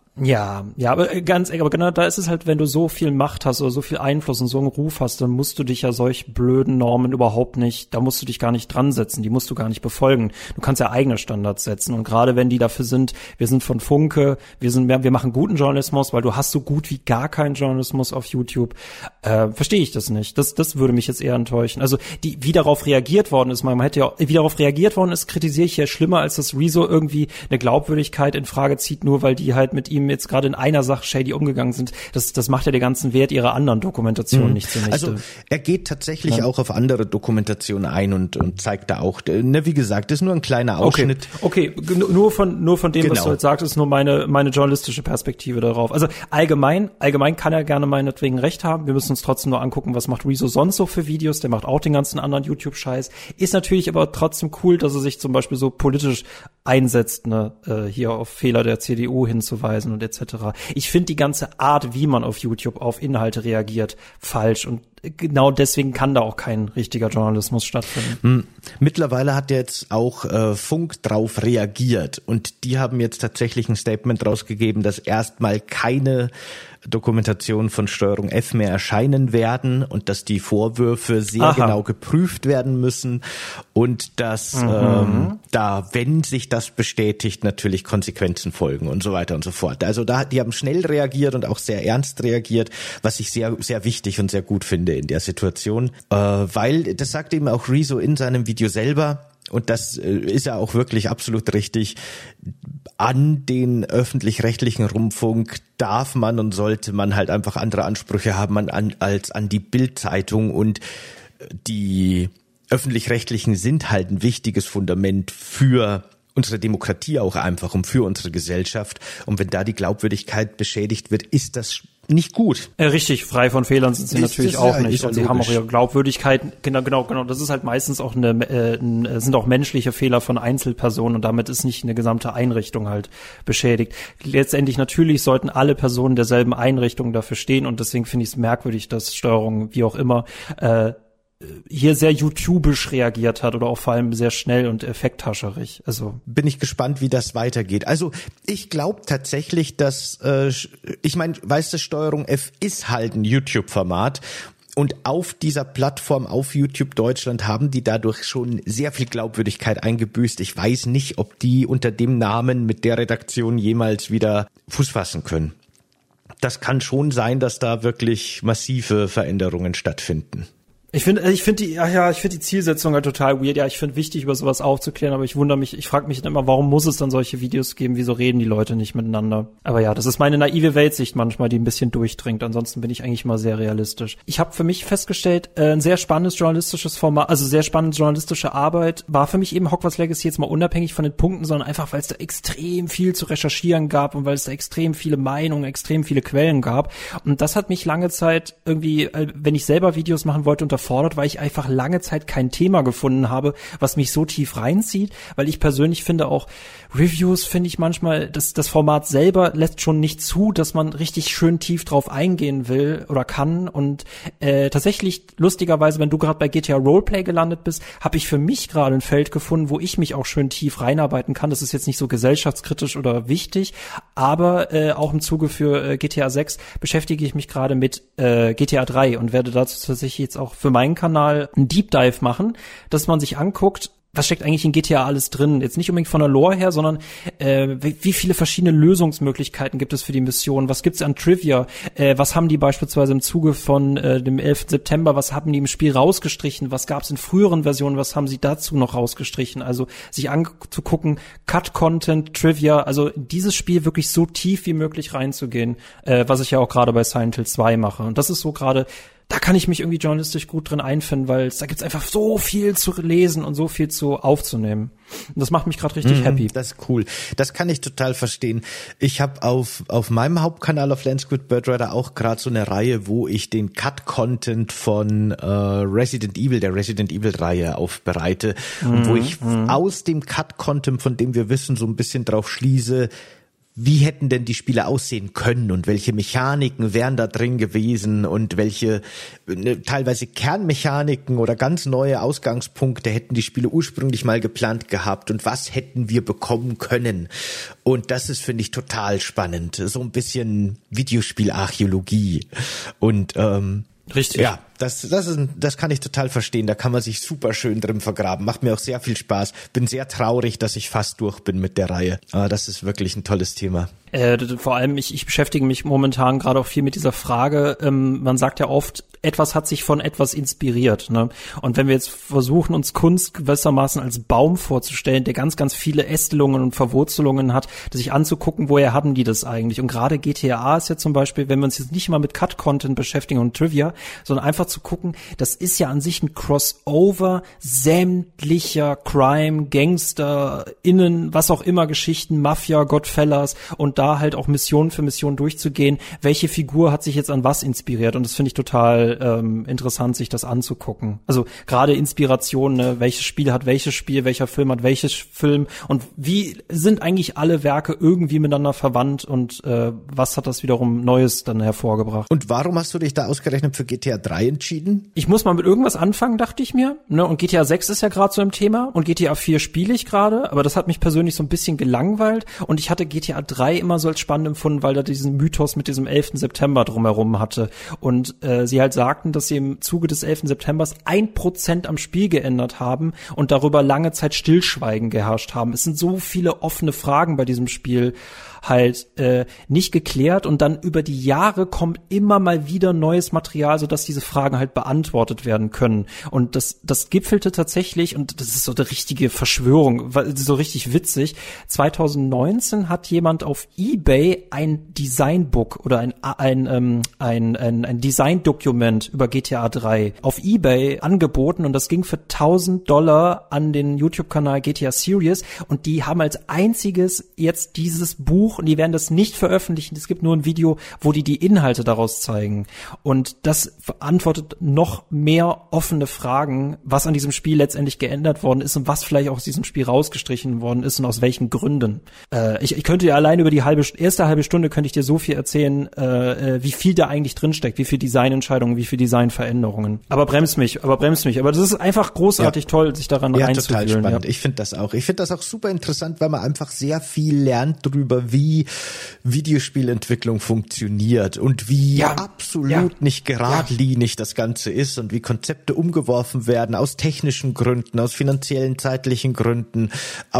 Ja, ja, aber ganz, aber genau, da ist es halt, wenn du so viel Macht hast oder so viel Einfluss und so einen Ruf hast, dann musst du dich ja solch blöden Normen überhaupt nicht, da musst du dich gar nicht dran setzen, die musst du gar nicht befolgen. Du kannst ja eigene Standards setzen und gerade wenn die dafür sind, wir sind von Funke, wir sind, wir machen guten Journalismus, weil du hast so gut wie gar keinen Journalismus auf YouTube, äh, verstehe ich das nicht. Das, das würde mich jetzt eher enttäuschen. Also, die, wie darauf reagiert worden ist, man hätte ja, wie darauf reagiert worden ist, kritisiere ich ja schlimmer, als dass Rezo irgendwie eine Glaubwürdigkeit in Frage zieht, nur weil die halt mit ihm jetzt gerade in einer Sache shady umgegangen sind. Das, das macht ja den ganzen Wert ihrer anderen Dokumentationen mhm. nicht zunichte. Also er geht tatsächlich ja. auch auf andere Dokumentationen ein und, und zeigt da auch, ne, wie gesagt, ist nur ein kleiner Ausschnitt. Okay, okay. nur von nur von dem, genau. was du jetzt sagst, ist nur meine meine journalistische Perspektive darauf. Also allgemein, allgemein kann er gerne meinetwegen recht haben. Wir müssen uns trotzdem nur angucken, was macht Rezo sonst so für Videos. Der macht auch den ganzen anderen YouTube-Scheiß. Ist natürlich aber trotzdem cool, dass er sich zum Beispiel so politisch einsetzt, ne, äh, hier auf Fehler der C D U hinzuweisen und et cetera. Ich finde die ganze Art, wie man auf YouTube auf Inhalte reagiert, falsch und genau deswegen kann da auch kein richtiger Journalismus stattfinden. Mittlerweile hat jetzt auch äh, Funk drauf reagiert und die haben jetzt tatsächlich ein Statement rausgegeben, dass erstmal keine Dokumentationen von Steuerung F mehr erscheinen werden und dass die Vorwürfe sehr Aha. genau geprüft werden müssen und dass mhm. ähm, da, wenn sich das bestätigt, natürlich Konsequenzen folgen und so weiter und so fort. Also da, die haben schnell reagiert und auch sehr ernst reagiert, was ich sehr, sehr wichtig und sehr gut finde in der Situation, äh, weil, das sagt eben auch Rezo in seinem Video selber, und das ist ja auch wirklich absolut richtig, an den öffentlich-rechtlichen Rundfunk darf man und sollte man halt einfach andere Ansprüche haben an, als an die Bild-Zeitung und die öffentlich-rechtlichen sind halt ein wichtiges Fundament für unsere Demokratie auch einfach und für unsere Gesellschaft. Und wenn da die Glaubwürdigkeit beschädigt wird, ist das nicht gut. Äh, richtig, frei von Fehlern sind sie ist, natürlich auch ja, nicht. Und sie haben auch ihre Glaubwürdigkeit. Genau, genau, genau. Das ist halt meistens auch eine, äh, sind auch menschliche Fehler von Einzelpersonen und damit ist nicht eine gesamte Einrichtung halt beschädigt. Letztendlich natürlich sollten alle Personen derselben Einrichtung dafür stehen und deswegen finde ich es merkwürdig, dass Steuerung, wie auch immer, äh, hier sehr YouTubisch reagiert hat oder auch vor allem sehr schnell und effekthascherig. Also bin ich gespannt, wie das weitergeht. Also ich glaube tatsächlich, dass äh, ich meine, weißt du, Steuerung F ist halt ein YouTube-Format und auf dieser Plattform, auf YouTube Deutschland, haben die dadurch schon sehr viel Glaubwürdigkeit eingebüßt. Ich weiß nicht, ob die unter dem Namen mit der Redaktion jemals wieder Fuß fassen können. Das kann schon sein, dass da wirklich massive Veränderungen stattfinden. Ich finde, ich finde die, ja, ja, ich finde die Zielsetzung halt total weird. Ja, ich finde wichtig, über sowas aufzuklären, aber ich wundere mich, ich frage mich immer, warum muss es dann solche Videos geben? Wieso reden die Leute nicht miteinander? Aber ja, das ist meine naive Weltsicht manchmal, die ein bisschen durchdringt. Ansonsten bin ich eigentlich mal sehr realistisch. Ich habe für mich festgestellt, äh, ein sehr spannendes journalistisches Format, also sehr spannende journalistische Arbeit war für mich eben Hogwarts Legacy jetzt mal unabhängig von den Punkten, sondern einfach, weil es da extrem viel zu recherchieren gab und weil es da extrem viele Meinungen, extrem viele Quellen gab. Und das hat mich lange Zeit irgendwie, äh, wenn ich selber Videos machen wollte, unter fordert, weil ich einfach lange Zeit kein Thema gefunden habe, was mich so tief reinzieht, weil ich persönlich finde auch, Reviews finde ich manchmal, das, das Format selber lässt schon nicht zu, dass man richtig schön tief drauf eingehen will oder kann und äh, tatsächlich, lustigerweise, wenn du gerade bei G T A Roleplay gelandet bist, habe ich für mich gerade ein Feld gefunden, wo ich mich auch schön tief reinarbeiten kann. Das ist jetzt nicht so gesellschaftskritisch oder wichtig, aber äh, auch im Zuge für äh, G T A sechs beschäftige ich mich gerade mit äh, G T A drei und werde dazu tatsächlich jetzt auch für meinen Kanal einen Deep Dive machen, dass man sich anguckt, was steckt eigentlich in G T A alles drin? Jetzt nicht unbedingt von der Lore her, sondern äh, wie, wie viele verschiedene Lösungsmöglichkeiten gibt es für die Mission? Was gibt's an Trivia? Äh, was haben die beispielsweise im Zuge von äh, dem elften September, was haben die im Spiel rausgestrichen? Was gab's in früheren Versionen? Was haben sie dazu noch rausgestrichen? Also sich anzugucken, Cut-Content, Trivia, also dieses Spiel wirklich so tief wie möglich reinzugehen, äh, was ich ja auch gerade bei Silent Hill zwei mache. Und das ist so gerade, da kann ich mich irgendwie journalistisch gut drin einfinden, weil da gibt's einfach so viel zu lesen und so viel zu aufzunehmen. Und das macht mich gerade richtig mm, happy. Das ist cool. Das kann ich total verstehen. Ich habe auf auf meinem Hauptkanal auf Land Squid Bird Rider auch gerade so eine Reihe, wo ich den Cut-Content von äh, Resident Evil, der Resident Evil-Reihe aufbereite mm, und wo ich mm. aus dem Cut-Content, von dem wir wissen, so ein bisschen drauf schließe, wie hätten denn die Spiele aussehen können und welche Mechaniken wären da drin gewesen und welche ne, teilweise Kernmechaniken oder ganz neue Ausgangspunkte hätten die Spiele ursprünglich mal geplant gehabt und was hätten wir bekommen können. Und das ist, finde ich, total spannend. So ein bisschen Videospielarchäologie. Und ähm, Richtig. Ja, das, das, ist, das kann ich total verstehen. Da kann man sich super schön drin vergraben. Macht mir auch sehr viel Spaß. Bin sehr traurig, dass ich fast durch bin mit der Reihe. Aber das ist wirklich ein tolles Thema. Äh, vor allem, ich, ich beschäftige mich momentan gerade auch viel mit dieser Frage. Ähm, man sagt ja oft, etwas hat sich von etwas inspiriert. Ne? Und wenn wir jetzt versuchen, uns Kunst gewissermaßen als Baum vorzustellen, der ganz, ganz viele Ästelungen und Verwurzelungen hat, sich anzugucken, woher haben die das eigentlich? Und gerade G T A ist ja zum Beispiel, wenn wir uns jetzt nicht mal mit Cut-Content beschäftigen und Trivia, sondern einfach zu gucken, das ist ja an sich ein Crossover sämtlicher Crime, Gangster, Innen, was auch immer, Geschichten, Mafia, Godfellas und da halt auch Mission für Mission durchzugehen, welche Figur hat sich jetzt an was inspiriert und das finde ich total ähm, interessant, sich das anzugucken. Also gerade Inspiration, ne? Welches Spiel hat welches Spiel, welcher Film hat welches Film und wie sind eigentlich alle Werke irgendwie miteinander verwandt und äh, was hat das wiederum Neues dann hervorgebracht. Und warum hast du dich da ausgerechnet für G T A drei entschieden? Ich muss mal mit irgendwas anfangen, dachte ich mir. Ne? Und G T A sechs ist ja gerade so im Thema und G T A vier spiele ich gerade, aber das hat mich persönlich so ein bisschen gelangweilt und ich hatte G T A drei immer so als spannend empfunden, weil da diesen Mythos mit diesem elften September drumherum hatte und äh, sie halt sagten, dass sie im Zuge des elften Septembers ein Prozent am Spiel geändert haben und darüber lange Zeit Stillschweigen geherrscht haben. Es sind so viele offene Fragen bei diesem Spiel halt äh, nicht geklärt und dann über die Jahre kommt immer mal wieder neues Material, sodass diese Fragen halt beantwortet werden können. Und das das gipfelte tatsächlich, und das ist so eine richtige Verschwörung, so richtig witzig, zwanzig neunzehn hat jemand auf eBay ein Designbook oder ein ein ähm, ein ein, ein Designdokument über G T A drei auf eBay angeboten und das ging für tausend Dollar an den YouTube-Kanal G T A Series und die haben als einziges jetzt dieses Buch und die werden das nicht veröffentlichen. Es gibt nur ein Video, wo die die Inhalte daraus zeigen. Und das beantwortet noch mehr offene Fragen, was an diesem Spiel letztendlich geändert worden ist und was vielleicht auch aus diesem Spiel rausgestrichen worden ist und aus welchen Gründen. Äh, ich, ich könnte dir allein über die halbe erste halbe Stunde könnte ich dir so viel erzählen, äh, wie viel da eigentlich drinsteckt, wie viel Designentscheidungen, wie viel Designveränderungen. Aber bremst mich, aber bremst mich. Aber das ist einfach großartig ja. toll, sich daran ja, reinzufühlen. Total spannend. Ja. Ich finde das auch. Ich finde das auch super interessant, weil man einfach sehr viel lernt darüber, wie wie Videospielentwicklung funktioniert und wie ja, absolut ja, nicht geradlinig ja. das Ganze ist und wie Konzepte umgeworfen werden aus technischen Gründen, aus finanziellen, zeitlichen Gründen,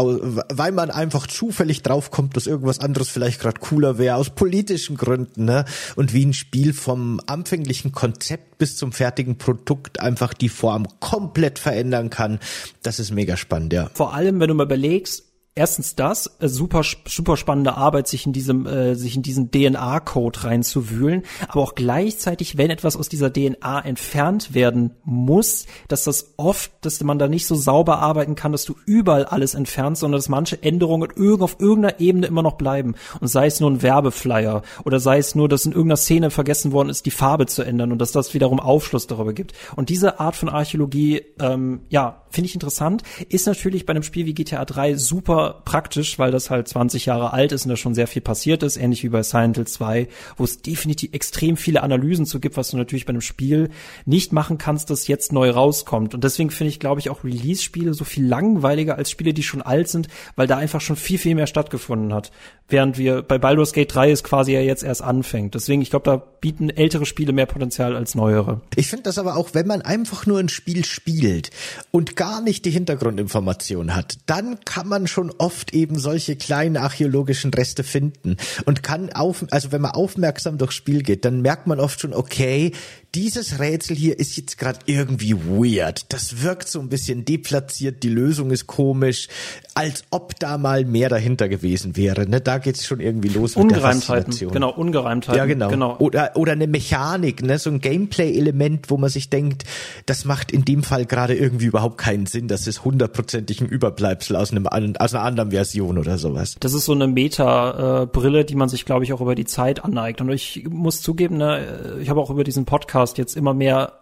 weil man einfach zufällig draufkommt, dass irgendwas anderes vielleicht gerade cooler wäre, aus politischen Gründen, ne? Und wie ein Spiel vom anfänglichen Konzept bis zum fertigen Produkt einfach die Form komplett verändern kann. Das ist mega spannend, ja. Vor allem, wenn du mal überlegst, erstens das, äh, super super spannende Arbeit, sich in diesem äh, sich in diesen D N A-Code reinzuwühlen, aber auch gleichzeitig, wenn etwas aus dieser D N A entfernt werden muss, dass das oft, dass man da nicht so sauber arbeiten kann, dass du überall alles entfernst, sondern dass manche Änderungen irgend auf irgendeiner Ebene immer noch bleiben. Und sei es nur ein Werbeflyer oder sei es nur, dass in irgendeiner Szene vergessen worden ist, die Farbe zu ändern und dass das wiederum Aufschluss darüber gibt. Und diese Art von Archäologie, ähm, ja, finde ich interessant, ist natürlich bei einem Spiel wie G T A drei super praktisch, weil das halt zwanzig Jahre alt ist und da schon sehr viel passiert ist, ähnlich wie bei Silent Hill zwei, wo es definitiv extrem viele Analysen zu gibt, was du natürlich bei einem Spiel nicht machen kannst, das jetzt neu rauskommt. Und deswegen finde ich, glaube ich, auch Release-Spiele so viel langweiliger als Spiele, die schon alt sind, weil da einfach schon viel, viel mehr stattgefunden hat. Während wir bei Baldur's Gate drei es quasi ja jetzt erst anfängt. Deswegen, ich glaube, da bieten ältere Spiele mehr Potenzial als neuere. Ich finde das aber auch, wenn man einfach nur ein Spiel spielt und gar nicht die Hintergrundinformation hat, dann kann man schon oft eben solche kleinen archäologischen Reste finden und kann auf, also wenn man aufmerksam durchs Spiel geht, dann merkt man oft schon, okay, dieses Rätsel hier ist jetzt gerade irgendwie weird. Das wirkt so ein bisschen deplatziert, die Lösung ist komisch, als ob da mal mehr dahinter gewesen wäre. Ne? Da geht's schon irgendwie los mit der Faszination. Genau, Ungereimtheiten. Ja, genau. genau. Oder, oder eine Mechanik, ne? So ein Gameplay-Element, wo man sich denkt, das macht in dem Fall gerade irgendwie überhaupt keinen Sinn. Das ist hundertprozentig ein Überbleibsel aus, einem, aus einer anderen Version oder sowas. Das ist so eine Meta-Brille, die man sich, glaube ich, auch über die Zeit aneigt. Und ich muss zugeben, ne, ich habe auch über diesen Podcast jetzt immer mehr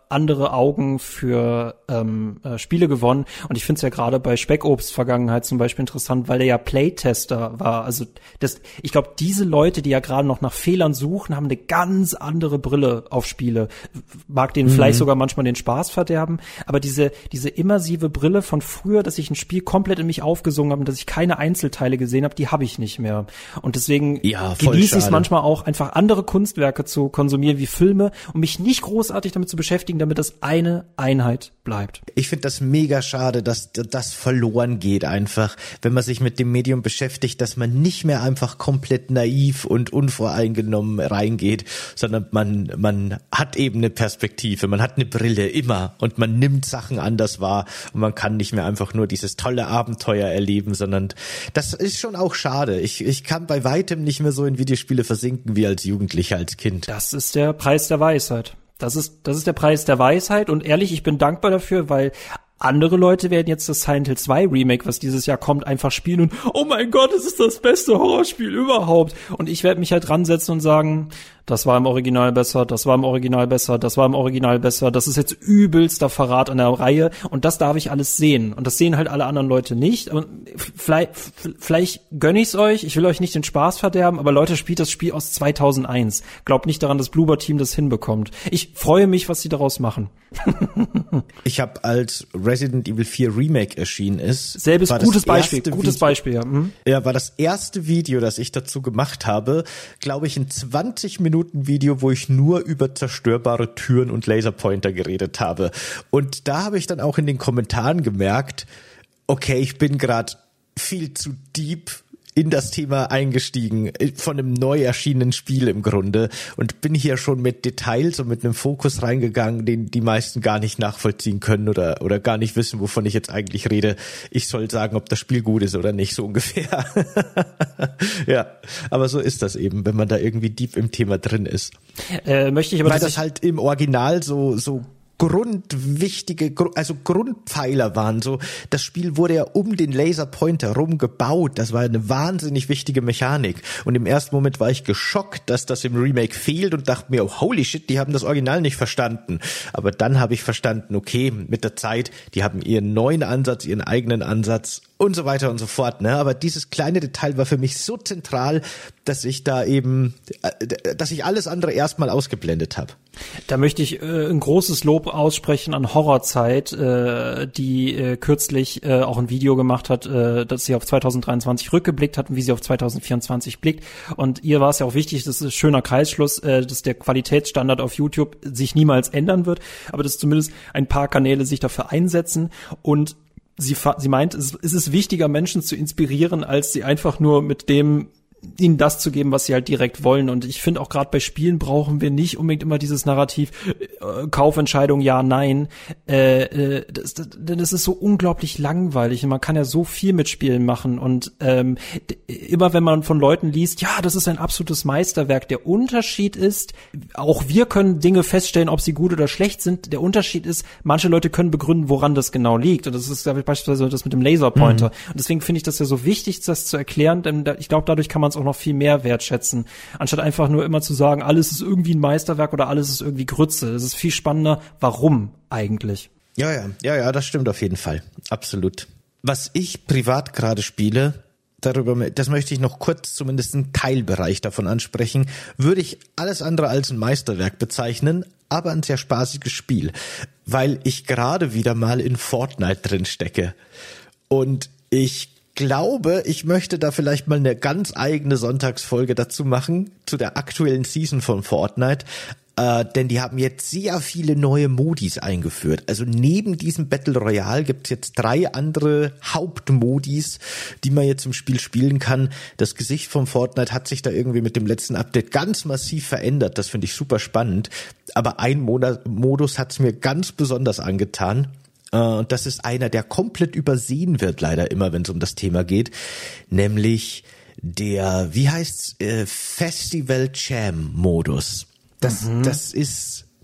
andere Augen für ähm, äh, Spiele gewonnen. Und ich finde es ja gerade bei Speckobst Vergangenheit zum Beispiel interessant, weil der ja Playtester war. Also das, ich glaube, diese Leute, die ja gerade noch nach Fehlern suchen, haben eine ganz andere Brille auf Spiele. Mag denen mhm. vielleicht sogar manchmal den Spaß verderben, aber diese diese immersive Brille von früher, dass ich ein Spiel komplett in mich aufgesungen habe und dass ich keine Einzelteile gesehen habe, die habe ich nicht mehr. Und deswegen ja, genieße ich es manchmal auch, einfach andere Kunstwerke zu konsumieren wie Filme und mich nicht großartig damit zu beschäftigen, damit das eine Einheit bleibt. Ich finde das mega schade, dass das verloren geht einfach, wenn man sich mit dem Medium beschäftigt, dass man nicht mehr einfach komplett naiv und unvoreingenommen reingeht, sondern man man hat eben eine Perspektive, man hat eine Brille immer und man nimmt Sachen anders wahr und man kann nicht mehr einfach nur dieses tolle Abenteuer erleben, sondern das ist schon auch schade. Ich ich kann bei weitem nicht mehr so in Videospiele versinken wie als Jugendlicher, als Kind. Das ist der Preis der Weisheit. Das ist, das ist der Preis der Weisheit und ehrlich, ich bin dankbar dafür, weil andere Leute werden jetzt das Silent Hill zwei Remake, was dieses Jahr kommt, einfach spielen und oh mein Gott, es ist das beste Horrorspiel überhaupt. Und ich werde mich halt ransetzen und sagen, das war im Original besser, das war im Original besser, das war im Original besser, das ist jetzt übelster Verrat an der Reihe und das darf ich alles sehen. Und das sehen halt alle anderen Leute nicht. Und vielleicht, vielleicht gönne ich's euch, ich will euch nicht den Spaß verderben, aber Leute, spielt das Spiel aus zweitausendeins. Glaubt nicht daran, dass Bloober Team das hinbekommt. Ich freue mich, was sie daraus machen. Ich habe, als Resident Evil vier Remake erschienen ist, selbes gutes Beispiel, gutes Video, Beispiel, ja. Mhm. Ja, war das erste Video, das ich dazu gemacht habe, glaube ich, ein zwanzig Minuten Video, wo ich nur über zerstörbare Türen und Laserpointer geredet habe. Und da habe ich dann auch in den Kommentaren gemerkt, okay, ich bin gerade viel zu deep in das Thema eingestiegen, von einem neu erschienenen Spiel im Grunde, und bin hier schon mit Details und mit einem Fokus reingegangen, den die meisten gar nicht nachvollziehen können oder oder gar nicht wissen, wovon ich jetzt eigentlich rede. Ich soll sagen, ob das Spiel gut ist oder nicht, so ungefähr. Ja, aber so ist das eben, wenn man da irgendwie deep im Thema drin ist. Äh, möchte ich aber, weil das halt im Original so so grundwichtige, also Grundpfeiler waren. So, das Spiel wurde ja um den Laserpointer rum gebaut. Das war eine wahnsinnig wichtige Mechanik. Und im ersten Moment war ich geschockt, dass das im Remake fehlt und dachte mir, oh, holy shit, die haben das Original nicht verstanden. Aber dann habe ich verstanden, okay, mit der Zeit, die haben ihren neuen Ansatz, ihren eigenen Ansatz und so weiter und so fort. Ne? Aber dieses kleine Detail war für mich so zentral, dass ich da eben, dass ich alles andere erstmal ausgeblendet habe. Da möchte ich äh, ein großes Lob aussprechen an Horrorzeit, äh, die äh, kürzlich äh, auch ein Video gemacht hat, äh, dass sie auf zwanzig dreiundzwanzig rückgeblickt hat und wie sie auf zwanzig vierundzwanzig blickt. Und ihr war es ja auch wichtig, das ist ein schöner Kreisschluss, äh, dass der Qualitätsstandard auf YouTube sich niemals ändern wird, aber dass zumindest ein paar Kanäle sich dafür einsetzen. Und sie, sie meint, es ist wichtiger, Menschen zu inspirieren, als sie einfach nur mit dem ihnen das zu geben, was sie halt direkt wollen. Und ich finde auch gerade bei Spielen brauchen wir nicht unbedingt immer dieses Narrativ äh, Kaufentscheidung, ja, nein. Äh, äh, das, das, denn es ist so unglaublich langweilig und man kann ja so viel mit Spielen machen. Und ähm, immer wenn man von Leuten liest, ja, das ist ein absolutes Meisterwerk. Der Unterschied ist, auch wir können Dinge feststellen, ob sie gut oder schlecht sind. Der Unterschied ist, manche Leute können begründen, woran das genau liegt. Und das ist beispielsweise das mit dem Laserpointer. Mhm. Und deswegen finde ich das ja so wichtig, das zu erklären, denn da, ich glaube, dadurch kann man auch noch viel mehr wertschätzen, anstatt einfach nur immer zu sagen, alles ist irgendwie ein Meisterwerk oder alles ist irgendwie Grütze. Es ist viel spannender, warum eigentlich. Ja, ja, ja, ja, das stimmt auf jeden Fall. Absolut. Was ich privat gerade spiele, darüber, das möchte ich noch kurz zumindest einen Teilbereich davon ansprechen, würde ich alles andere als ein Meisterwerk bezeichnen, aber ein sehr spaßiges Spiel, weil ich gerade wieder mal in Fortnite drin stecke. Und ich glaube, ich möchte da vielleicht mal eine ganz eigene Sonntagsfolge dazu machen, zu der aktuellen Season von Fortnite, äh, denn die haben jetzt sehr viele neue Modis eingeführt. Also neben diesem Battle Royale gibt es jetzt drei andere Hauptmodis, die man jetzt im Spiel spielen kann. Das Gesicht von Fortnite hat sich da irgendwie mit dem letzten Update ganz massiv verändert. Das finde ich super spannend. Aber ein Modus hat es mir ganz besonders angetan. Und das ist einer, der komplett übersehen wird, leider immer, wenn es um das Thema geht, nämlich der, wie heißt's, äh, Festival Jam Modus. Das, mhm. das ist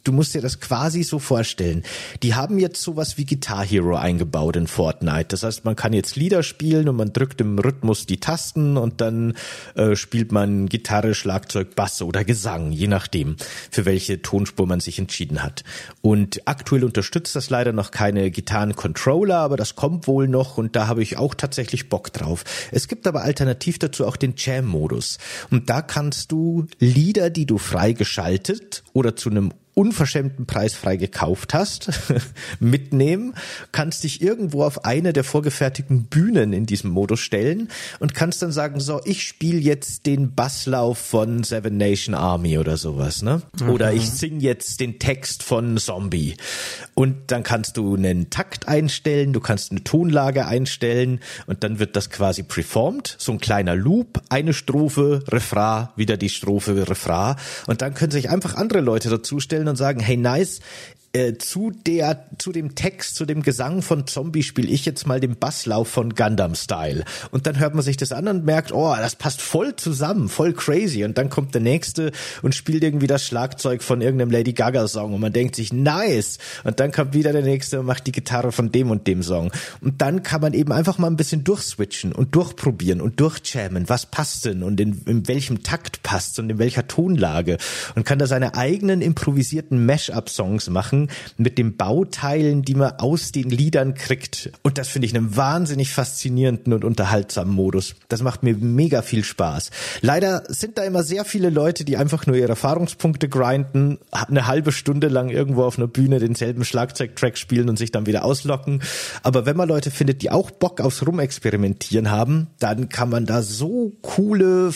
du musst dir das quasi so vorstellen. Die haben jetzt sowas wie Guitar Hero eingebaut in Fortnite. Das heißt, man kann jetzt Lieder spielen und man drückt im Rhythmus die Tasten und dann äh, spielt man Gitarre, Schlagzeug, Bass oder Gesang, je nachdem, für welche Tonspur man sich entschieden hat. Und aktuell unterstützt das leider noch keine Gitarren-Controller, aber das kommt wohl noch und da habe ich auch tatsächlich Bock drauf. Es gibt aber alternativ dazu auch den Jam-Modus. Und da kannst du Lieder, die du freigeschaltet oder zu einem unverschämten Preis frei gekauft hast, mitnehmen, kannst dich irgendwo auf eine der vorgefertigten Bühnen in diesem Modus stellen und kannst dann sagen, so, ich spiele jetzt den Basslauf von Seven Nation Army oder sowas, ne? Mhm. Oder ich singe jetzt den Text von Zombie. Und dann kannst du einen Takt einstellen, du kannst eine Tonlage einstellen und dann wird das quasi performt, so ein kleiner Loop, eine Strophe, Refrain, wieder die Strophe, Refrain und dann können sich einfach andere Leute dazustellen und sagen, hey nice, äh, zu der zu dem Text, zu dem Gesang von Zombie spiele ich jetzt mal den Basslauf von Gundam Style. Und dann hört man sich das an und merkt, oh, das passt voll zusammen, voll crazy. Und dann kommt der Nächste und spielt irgendwie das Schlagzeug von irgendeinem Lady Gaga Song und man denkt sich, nice. Und dann kommt wieder der Nächste und macht die Gitarre von dem und dem Song. Und dann kann man eben einfach mal ein bisschen durchswitchen und durchprobieren und durchjammen, was passt denn und in, in welchem Takt passt und in welcher Tonlage. Und kann da seine eigenen improvisierten Mash-up-Songs machen mit den Bauteilen, die man aus den Liedern kriegt. Und das finde ich einen wahnsinnig faszinierenden und unterhaltsamen Modus. Das macht mir mega viel Spaß. Leider sind da immer sehr viele Leute, die einfach nur ihre Erfahrungspunkte grinden, eine halbe Stunde lang irgendwo auf einer Bühne denselben Schlagzeugtrack spielen und sich dann wieder auslocken. Aber wenn man Leute findet, die auch Bock aufs Rumexperimentieren haben, dann kann man da so coole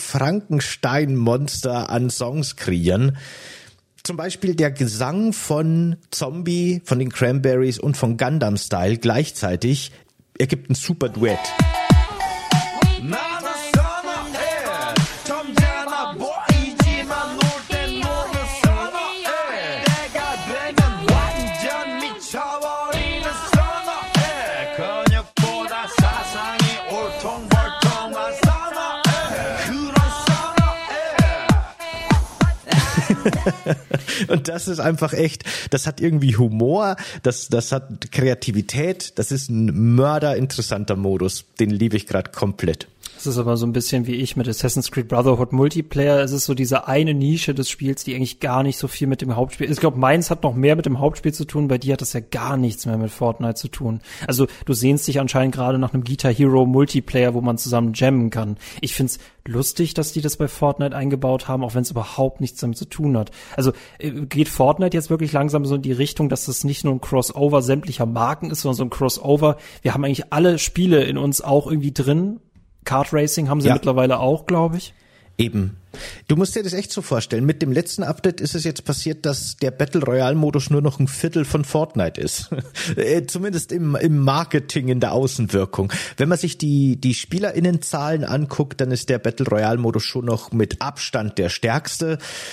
Frankenstein-Monster an Songs kreieren. Zum Beispiel der Gesang von Zombie, von den Cranberries und von Gundam Style gleichzeitig ergibt ein super Duett. Und das ist einfach echt, das hat irgendwie Humor, das das hat Kreativität, das ist ein mörderinteressanter Modus, den liebe ich gerade komplett. Das ist aber so ein bisschen wie ich mit Assassin's Creed Brotherhood Multiplayer. Es ist so diese eine Nische des Spiels, die eigentlich gar nicht so viel mit dem Hauptspiel. Ich glaube, meins hat noch mehr mit dem Hauptspiel zu tun. Bei dir hat das ja gar nichts mehr mit Fortnite zu tun. Also du sehnst dich anscheinend gerade nach einem Guitar Hero Multiplayer, wo man zusammen jammen kann. Ich find's lustig, dass die das bei Fortnite eingebaut haben, auch wenn es überhaupt nichts damit zu tun hat. Also geht Fortnite jetzt wirklich langsam so in die Richtung, dass das nicht nur ein Crossover sämtlicher Marken ist, sondern so ein Crossover. Wir haben eigentlich alle Spiele in uns auch irgendwie drin. Kart Racing haben sie ja mittlerweile auch, glaube ich. Eben. Du musst dir das echt so vorstellen. Mit dem letzten Update ist es jetzt passiert, dass der Battle Royale Modus nur noch ein Viertel von Fortnite ist. Zumindest im, im Marketing, in der Außenwirkung. Wenn man sich die, die SpielerInnenzahlen anguckt, dann ist der Battle Royale Modus schon noch mit Abstand der stärkste.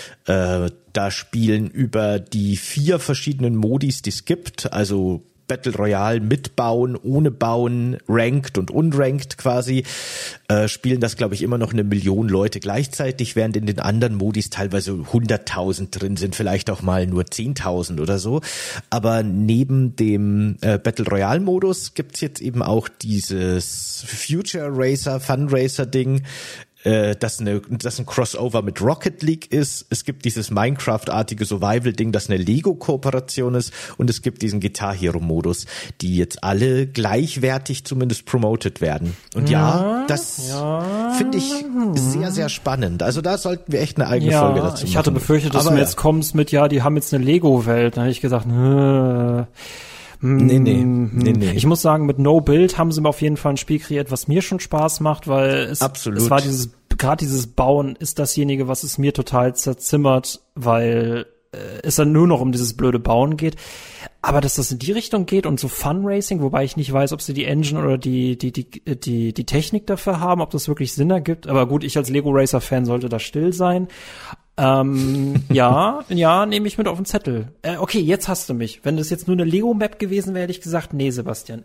Äh, da spielen über die vier verschiedenen Modis, die es gibt, also Battle Royale mit Bauen, ohne Bauen, ranked und unranked quasi, äh, spielen das, glaube ich, immer noch eine Million Leute gleichzeitig, während in den anderen Modis teilweise hunderttausend drin sind, vielleicht auch mal nur zehntausend oder so. Aber neben dem äh, Battle Royale Modus gibt's jetzt eben auch dieses Future Racer, Fun Racer Ding, dass eine, dass ein Crossover mit Rocket League ist. Es gibt dieses Minecraft-artige Survival-Ding, das eine Lego-Kooperation ist. Und es gibt diesen Guitar Hero-Modus, die jetzt alle gleichwertig zumindest promoted werden. Und ja, ja das ja. finde ich sehr, sehr spannend. Also da sollten wir echt eine eigene ja, Folge dazu machen. Ich hatte befürchtet, dass Aber du jetzt ja. kommst mit, ja, die haben jetzt eine Lego-Welt. Dann habe ich gesagt, nö. Nee, nee, nee, nee. Ich muss sagen, mit No Build haben sie mir auf jeden Fall ein Spiel kreiert, was mir schon Spaß macht, weil es, Absolut. es war dieses, gerade dieses Bauen ist dasjenige, was es mir total zerzimmert, weil äh, es dann nur noch um dieses blöde Bauen geht. Aber dass das in die Richtung geht und so Fun Racing, wobei ich nicht weiß, ob sie die Engine oder die, die, die, die, die Technik dafür haben, ob das wirklich Sinn ergibt. Aber gut, ich als Lego Racer Fan sollte da still sein. Ähm, ja, ja, nehme ich mit auf den Zettel. Äh, okay, jetzt hast du mich. Wenn das jetzt nur eine Lego-Map gewesen wäre, hätte ich gesagt, nee, Sebastian, äh, äh.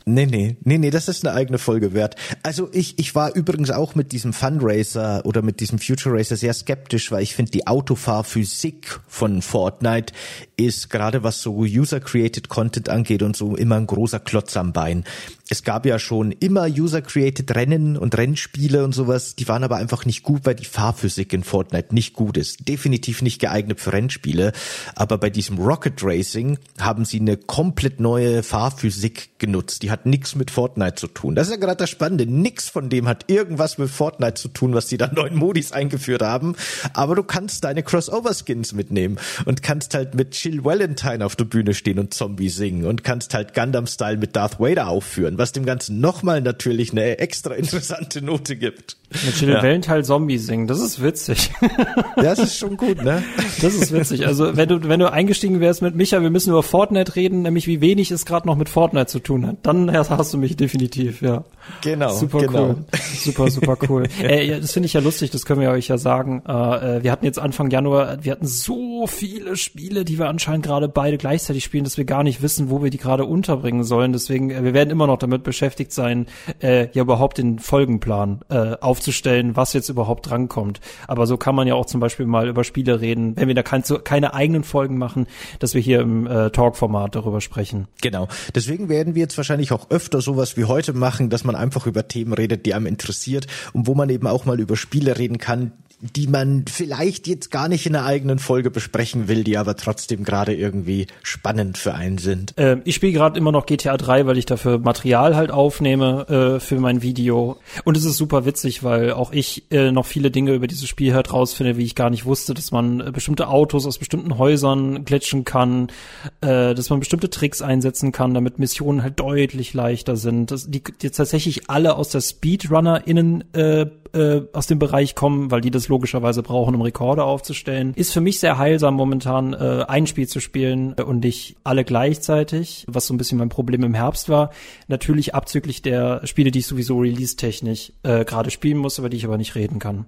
Nee, nee, nee, nee, das ist eine eigene Folge wert. Also ich, ich war übrigens auch mit diesem Fundraiser oder mit diesem Future Racer sehr skeptisch, weil ich finde, die Autofahrphysik von Fortnite ist gerade was so User-Created Content angeht und so immer ein großer Klotz am Bein. Es gab ja schon immer User-Created Rennen und Rennspiele und sowas, die waren aber einfach nicht gut, weil die Fahrphysik in Fortnite nicht gut ist. Definitiv nicht geeignet für Rennspiele, aber bei diesem Rocket Racing haben sie eine komplett neue Fahrphysik genutzt. Die hat nichts mit Fortnite zu tun. Das ist ja gerade das Spannende. Nix von dem hat irgendwas mit Fortnite zu tun, was die da neuen Modis eingeführt haben. Aber du kannst deine Crossover-Skins mitnehmen und kannst halt mit Jill Valentine auf der Bühne stehen und Zombie singen und kannst halt Gundam-Style mit Darth Vader aufführen, was dem Ganzen nochmal natürlich eine extra interessante Note gibt. Mit Jill ja. Valentine Zombie singen, das ist witzig. Ja, das ist schon gut, ne? Das ist witzig. Also wenn du wenn du eingestiegen wärst mit Micha, wir müssen über Fortnite reden, nämlich wie wenig es gerade noch mit Fortnite zu tun hat, dann hast du mich definitiv, ja. Genau, super genau. Cool. Super, super cool. äh, ja, das finde ich ja lustig, das können wir euch ja sagen. Äh, wir hatten jetzt Anfang Januar, wir hatten so viele Spiele, die wir anscheinend gerade beide gleichzeitig spielen, dass wir gar nicht wissen, wo wir die gerade unterbringen sollen. Deswegen, äh, wir werden immer noch damit beschäftigt sein, äh, ja überhaupt den Folgenplan äh, aufzustellen, was jetzt überhaupt drankommt. Aber so kann man ja auch zum Beispiel mal über Spiele reden, wenn wir da kein, so, keine eigenen Folgen machen, dass wir hier im äh, Talk-Format darüber sprechen. Genau. Deswegen werden wir jetzt wahrscheinlich auch öfter sowas wie heute machen, dass man einfach über Themen redet, die einem interessiert und wo man eben auch mal über Spiele reden kann, die man vielleicht jetzt gar nicht in einer eigenen Folge besprechen will, die aber trotzdem gerade irgendwie spannend für einen sind. Äh, ich spiele gerade immer noch G T A drei, weil ich dafür Material halt aufnehme äh, für mein Video. Und es ist super witzig, weil auch ich äh, noch viele Dinge über dieses Spiel halt rausfinde, wie ich gar nicht wusste, dass man äh, bestimmte Autos aus bestimmten Häusern glitschen kann, äh, dass man bestimmte Tricks einsetzen kann, damit Missionen halt deutlich leichter sind. Dass die, die tatsächlich alle aus der SpeedrunnerInnen äh, äh, aus dem Bereich kommen, weil die das logischerweise brauchen, um Rekorde aufzustellen. Ist für mich sehr heilsam momentan, äh, ein Spiel zu spielen äh, und nicht alle gleichzeitig, was so ein bisschen mein Problem im Herbst war. Natürlich abzüglich der Spiele, die ich sowieso release-technisch äh, gerade spielen muss, über die ich aber nicht reden kann.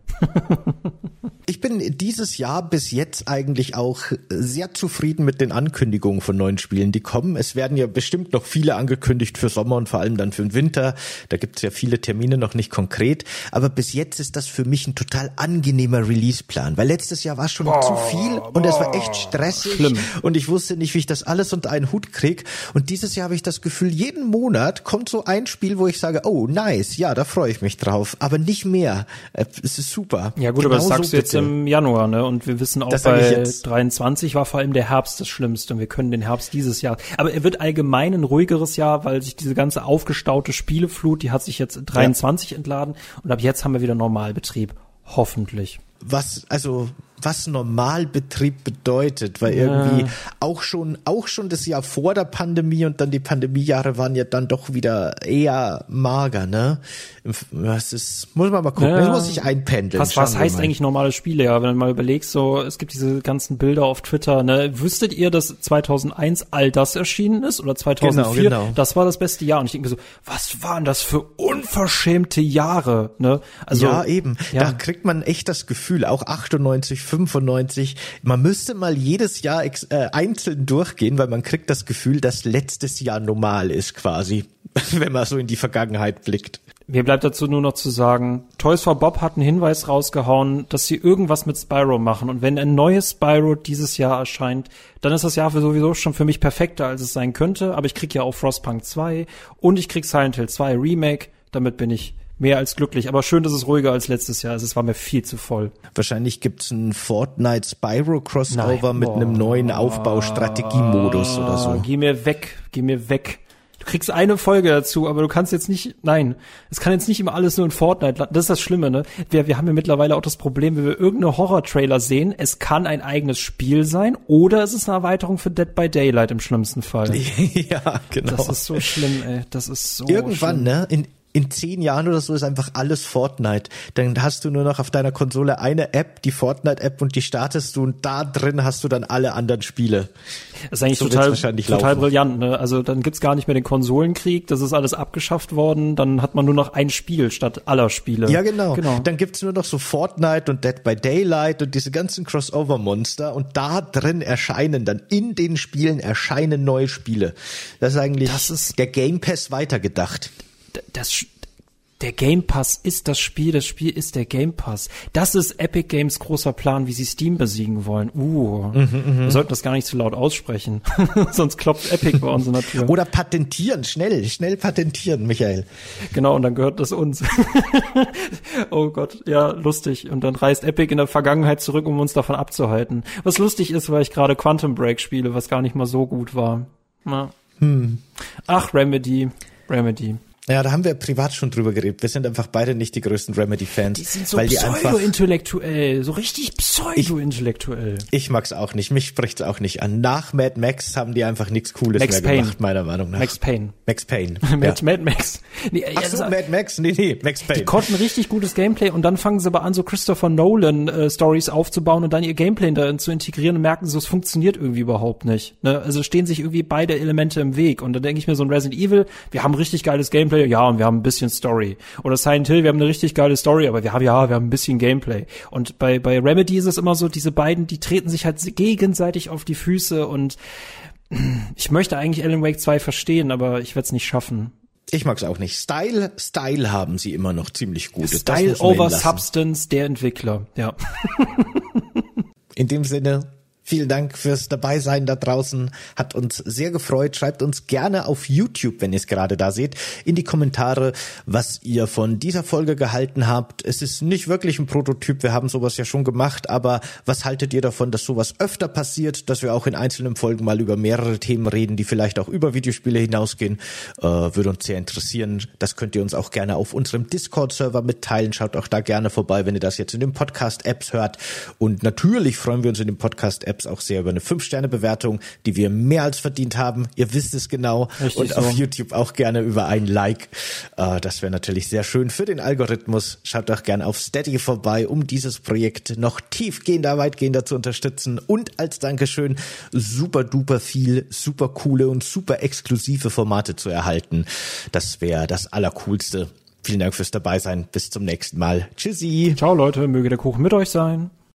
Ich bin dieses Jahr bis jetzt eigentlich auch sehr zufrieden mit den Ankündigungen von neuen Spielen, die kommen. Es werden ja bestimmt noch viele angekündigt für Sommer und vor allem dann für den Winter. Da gibt es ja viele Termine noch nicht konkret. Aber bis jetzt ist das für mich ein total angenehmer Release-Plan, weil letztes Jahr war schon oh, zu viel und es war echt stressig schlimm. Und ich wusste nicht, wie ich das alles unter einen Hut kriege. Und dieses Jahr habe ich das Gefühl, jeden Monat kommt so ein Spiel, wo ich sage, oh, nice, ja, da freue ich mich drauf. Aber nicht mehr. Es ist super. Ja gut, genau, aber das sagst so du jetzt im Januar, ne? Und wir wissen auch, das bei dreiundzwanzig war vor allem der Herbst das Schlimmste und wir können den Herbst dieses Jahr. Aber er wird allgemein ein ruhigeres Jahr, weil sich diese ganze aufgestaute Spieleflut, die hat sich jetzt dreiundzwanzig ja. entladen und ab jetzt haben wir wieder Normalbetrieb. Hoffentlich. Was, also, was Normalbetrieb bedeutet, weil ja. irgendwie auch schon, auch schon das Jahr vor der Pandemie und dann die Pandemiejahre waren ja dann doch wieder eher mager, ne? Das ist, muss man mal gucken, ja. das muss ich einpendeln. Was, was heißt eigentlich normale Spiele, ja? Wenn du mal überlegst, so, es gibt diese ganzen Bilder auf Twitter, ne? Wüsstet ihr, dass zweitausendeins all das erschienen ist? Oder zweitausendvier? Genau, genau. Das war das beste Jahr. Und ich denke mir so, was waren das für unverschämte Jahre, ne? Also. Ja, eben. Ja. Da kriegt man echt das Gefühl, auch achtundneunzig, fünfundneunzig, man müsste mal jedes Jahr ex- äh, einzeln durchgehen, weil man kriegt das Gefühl, dass letztes Jahr normal ist quasi, wenn man so in die Vergangenheit blickt. Mir bleibt dazu nur noch zu sagen, Toys for Bob hat einen Hinweis rausgehauen, dass sie irgendwas mit Spyro machen. Und wenn ein neues Spyro dieses Jahr erscheint, dann ist das Jahr für sowieso schon für mich perfekter, als es sein könnte. Aber ich krieg ja auch Frostpunk zwei und ich krieg Silent Hill zwei Remake. Damit bin ich mehr als glücklich. Aber schön, dass es ruhiger als letztes Jahr ist. Es war mir viel zu voll. Wahrscheinlich gibt's einen Fortnite Spyro Crossover Nein. mit oh. einem neuen Aufbau-Strategiemodus oder so. Geh mir weg, geh mir weg. Du kriegst eine Folge dazu, aber du kannst jetzt nicht, nein, es kann jetzt nicht immer alles nur in Fortnite landen. Das ist das Schlimme, ne? Wir, wir haben ja mittlerweile auch das Problem, wenn wir irgendeine Horror-Trailer sehen, es kann ein eigenes Spiel sein oder es ist eine Erweiterung für Dead by Daylight im schlimmsten Fall. Ja, genau. Das ist so schlimm, ey. Das ist so Irgendwann, schlimm. ne? In in zehn Jahren oder so ist einfach alles Fortnite. Dann hast du nur noch auf deiner Konsole eine App, die Fortnite-App, und die startest du und da drin hast du dann alle anderen Spiele. Das ist eigentlich So total, wird's wahrscheinlich total laufen. brillant, ne? Also dann gibt's gar nicht mehr den Konsolenkrieg, das ist alles abgeschafft worden, dann hat man nur noch ein Spiel statt aller Spiele. Ja, genau. genau. Dann gibt's nur noch so Fortnite und Dead by Daylight und diese ganzen Crossover-Monster und da drin erscheinen dann, in den Spielen erscheinen neue Spiele. Das ist eigentlich Das ist- der Game Pass weitergedacht. D- Das, der Game Pass ist das Spiel, das Spiel ist der Game Pass. Das ist Epic Games großer Plan, wie sie Steam besiegen wollen. Uh, Mhm, wir sollten das gar nicht zu laut aussprechen, sonst klopft Epic bei uns in der Tür. Oder patentieren, schnell, schnell patentieren, Michael. Genau, und dann gehört das uns. Oh Gott, ja, lustig. Und dann reist Epic in der Vergangenheit zurück, um uns davon abzuhalten. Was lustig ist, weil ich gerade Quantum Break spiele, was gar nicht mal so gut war. Na. Hm. Ach, Remedy, Remedy. Ja, da haben wir privat schon drüber geredet. Wir sind einfach beide nicht die größten Remedy-Fans. Die sind so weil die einfach, pseudo-intellektuell, so richtig pseudo-intellektuell. ich mag's auch nicht, mich spricht's auch nicht an. Nach Mad Max haben die einfach nichts Cooles Max mehr Payne. gemacht, meiner Meinung nach. Max Payne. Max Payne. Mad, ja. Mad Max. Nee, Ach also, so, Mad Max? Nee, nee, Max die Payne. konnten richtig gutes Gameplay und dann fangen sie aber an, so Christopher Nolan äh, Stories aufzubauen und dann ihr Gameplay darin zu integrieren und merken so, es funktioniert irgendwie überhaupt nicht. Ne? Also stehen sich irgendwie beide Elemente im Weg. Und dann denke ich mir, so ein Resident Evil, wir haben richtig geiles Gameplay, ja, und wir haben ein bisschen Story. Oder Silent Hill, wir haben eine richtig geile Story, aber wir haben, ja, wir haben ein bisschen Gameplay. Und bei, bei Remedy ist es immer so, diese beiden, die treten sich halt gegenseitig auf die Füße und ich möchte eigentlich Alan Wake zwei verstehen, aber ich werde es nicht schaffen. Ich mag's auch nicht. Style, Style haben sie immer noch ziemlich gut. Das Style muss man ihnen over lassen. Substance, der Entwickler, ja. In dem Sinne, vielen Dank fürs Dabeisein da draußen. Hat uns sehr gefreut. Schreibt uns gerne auf YouTube, wenn ihr es gerade da seht, in die Kommentare, was ihr von dieser Folge gehalten habt. Es ist nicht wirklich ein Prototyp. Wir haben sowas ja schon gemacht. Aber was haltet ihr davon, dass sowas öfter passiert, dass wir auch in einzelnen Folgen mal über mehrere Themen reden, die vielleicht auch über Videospiele hinausgehen? Äh, würde uns sehr interessieren. Das könnt ihr uns auch gerne auf unserem Discord-Server mitteilen. Schaut auch da gerne vorbei, wenn ihr das jetzt in den Podcast-Apps hört. Und natürlich freuen wir uns in den Podcast-Apps auch sehr über eine fünf Sterne Bewertung, die wir mehr als verdient haben. Ihr wisst es genau. Richtig und so. auf YouTube auch gerne über ein Like. Äh, das wäre natürlich sehr schön für den Algorithmus. Schaut doch gerne auf Steady vorbei, um dieses Projekt noch tiefgehender, weitgehender zu unterstützen. Und als Dankeschön super duper viel, super coole und super exklusive Formate zu erhalten. Das wäre das Allercoolste. Vielen Dank fürs Dabeisein. Bis zum nächsten Mal. Tschüssi. Ciao Leute, möge der Kuchen mit euch sein.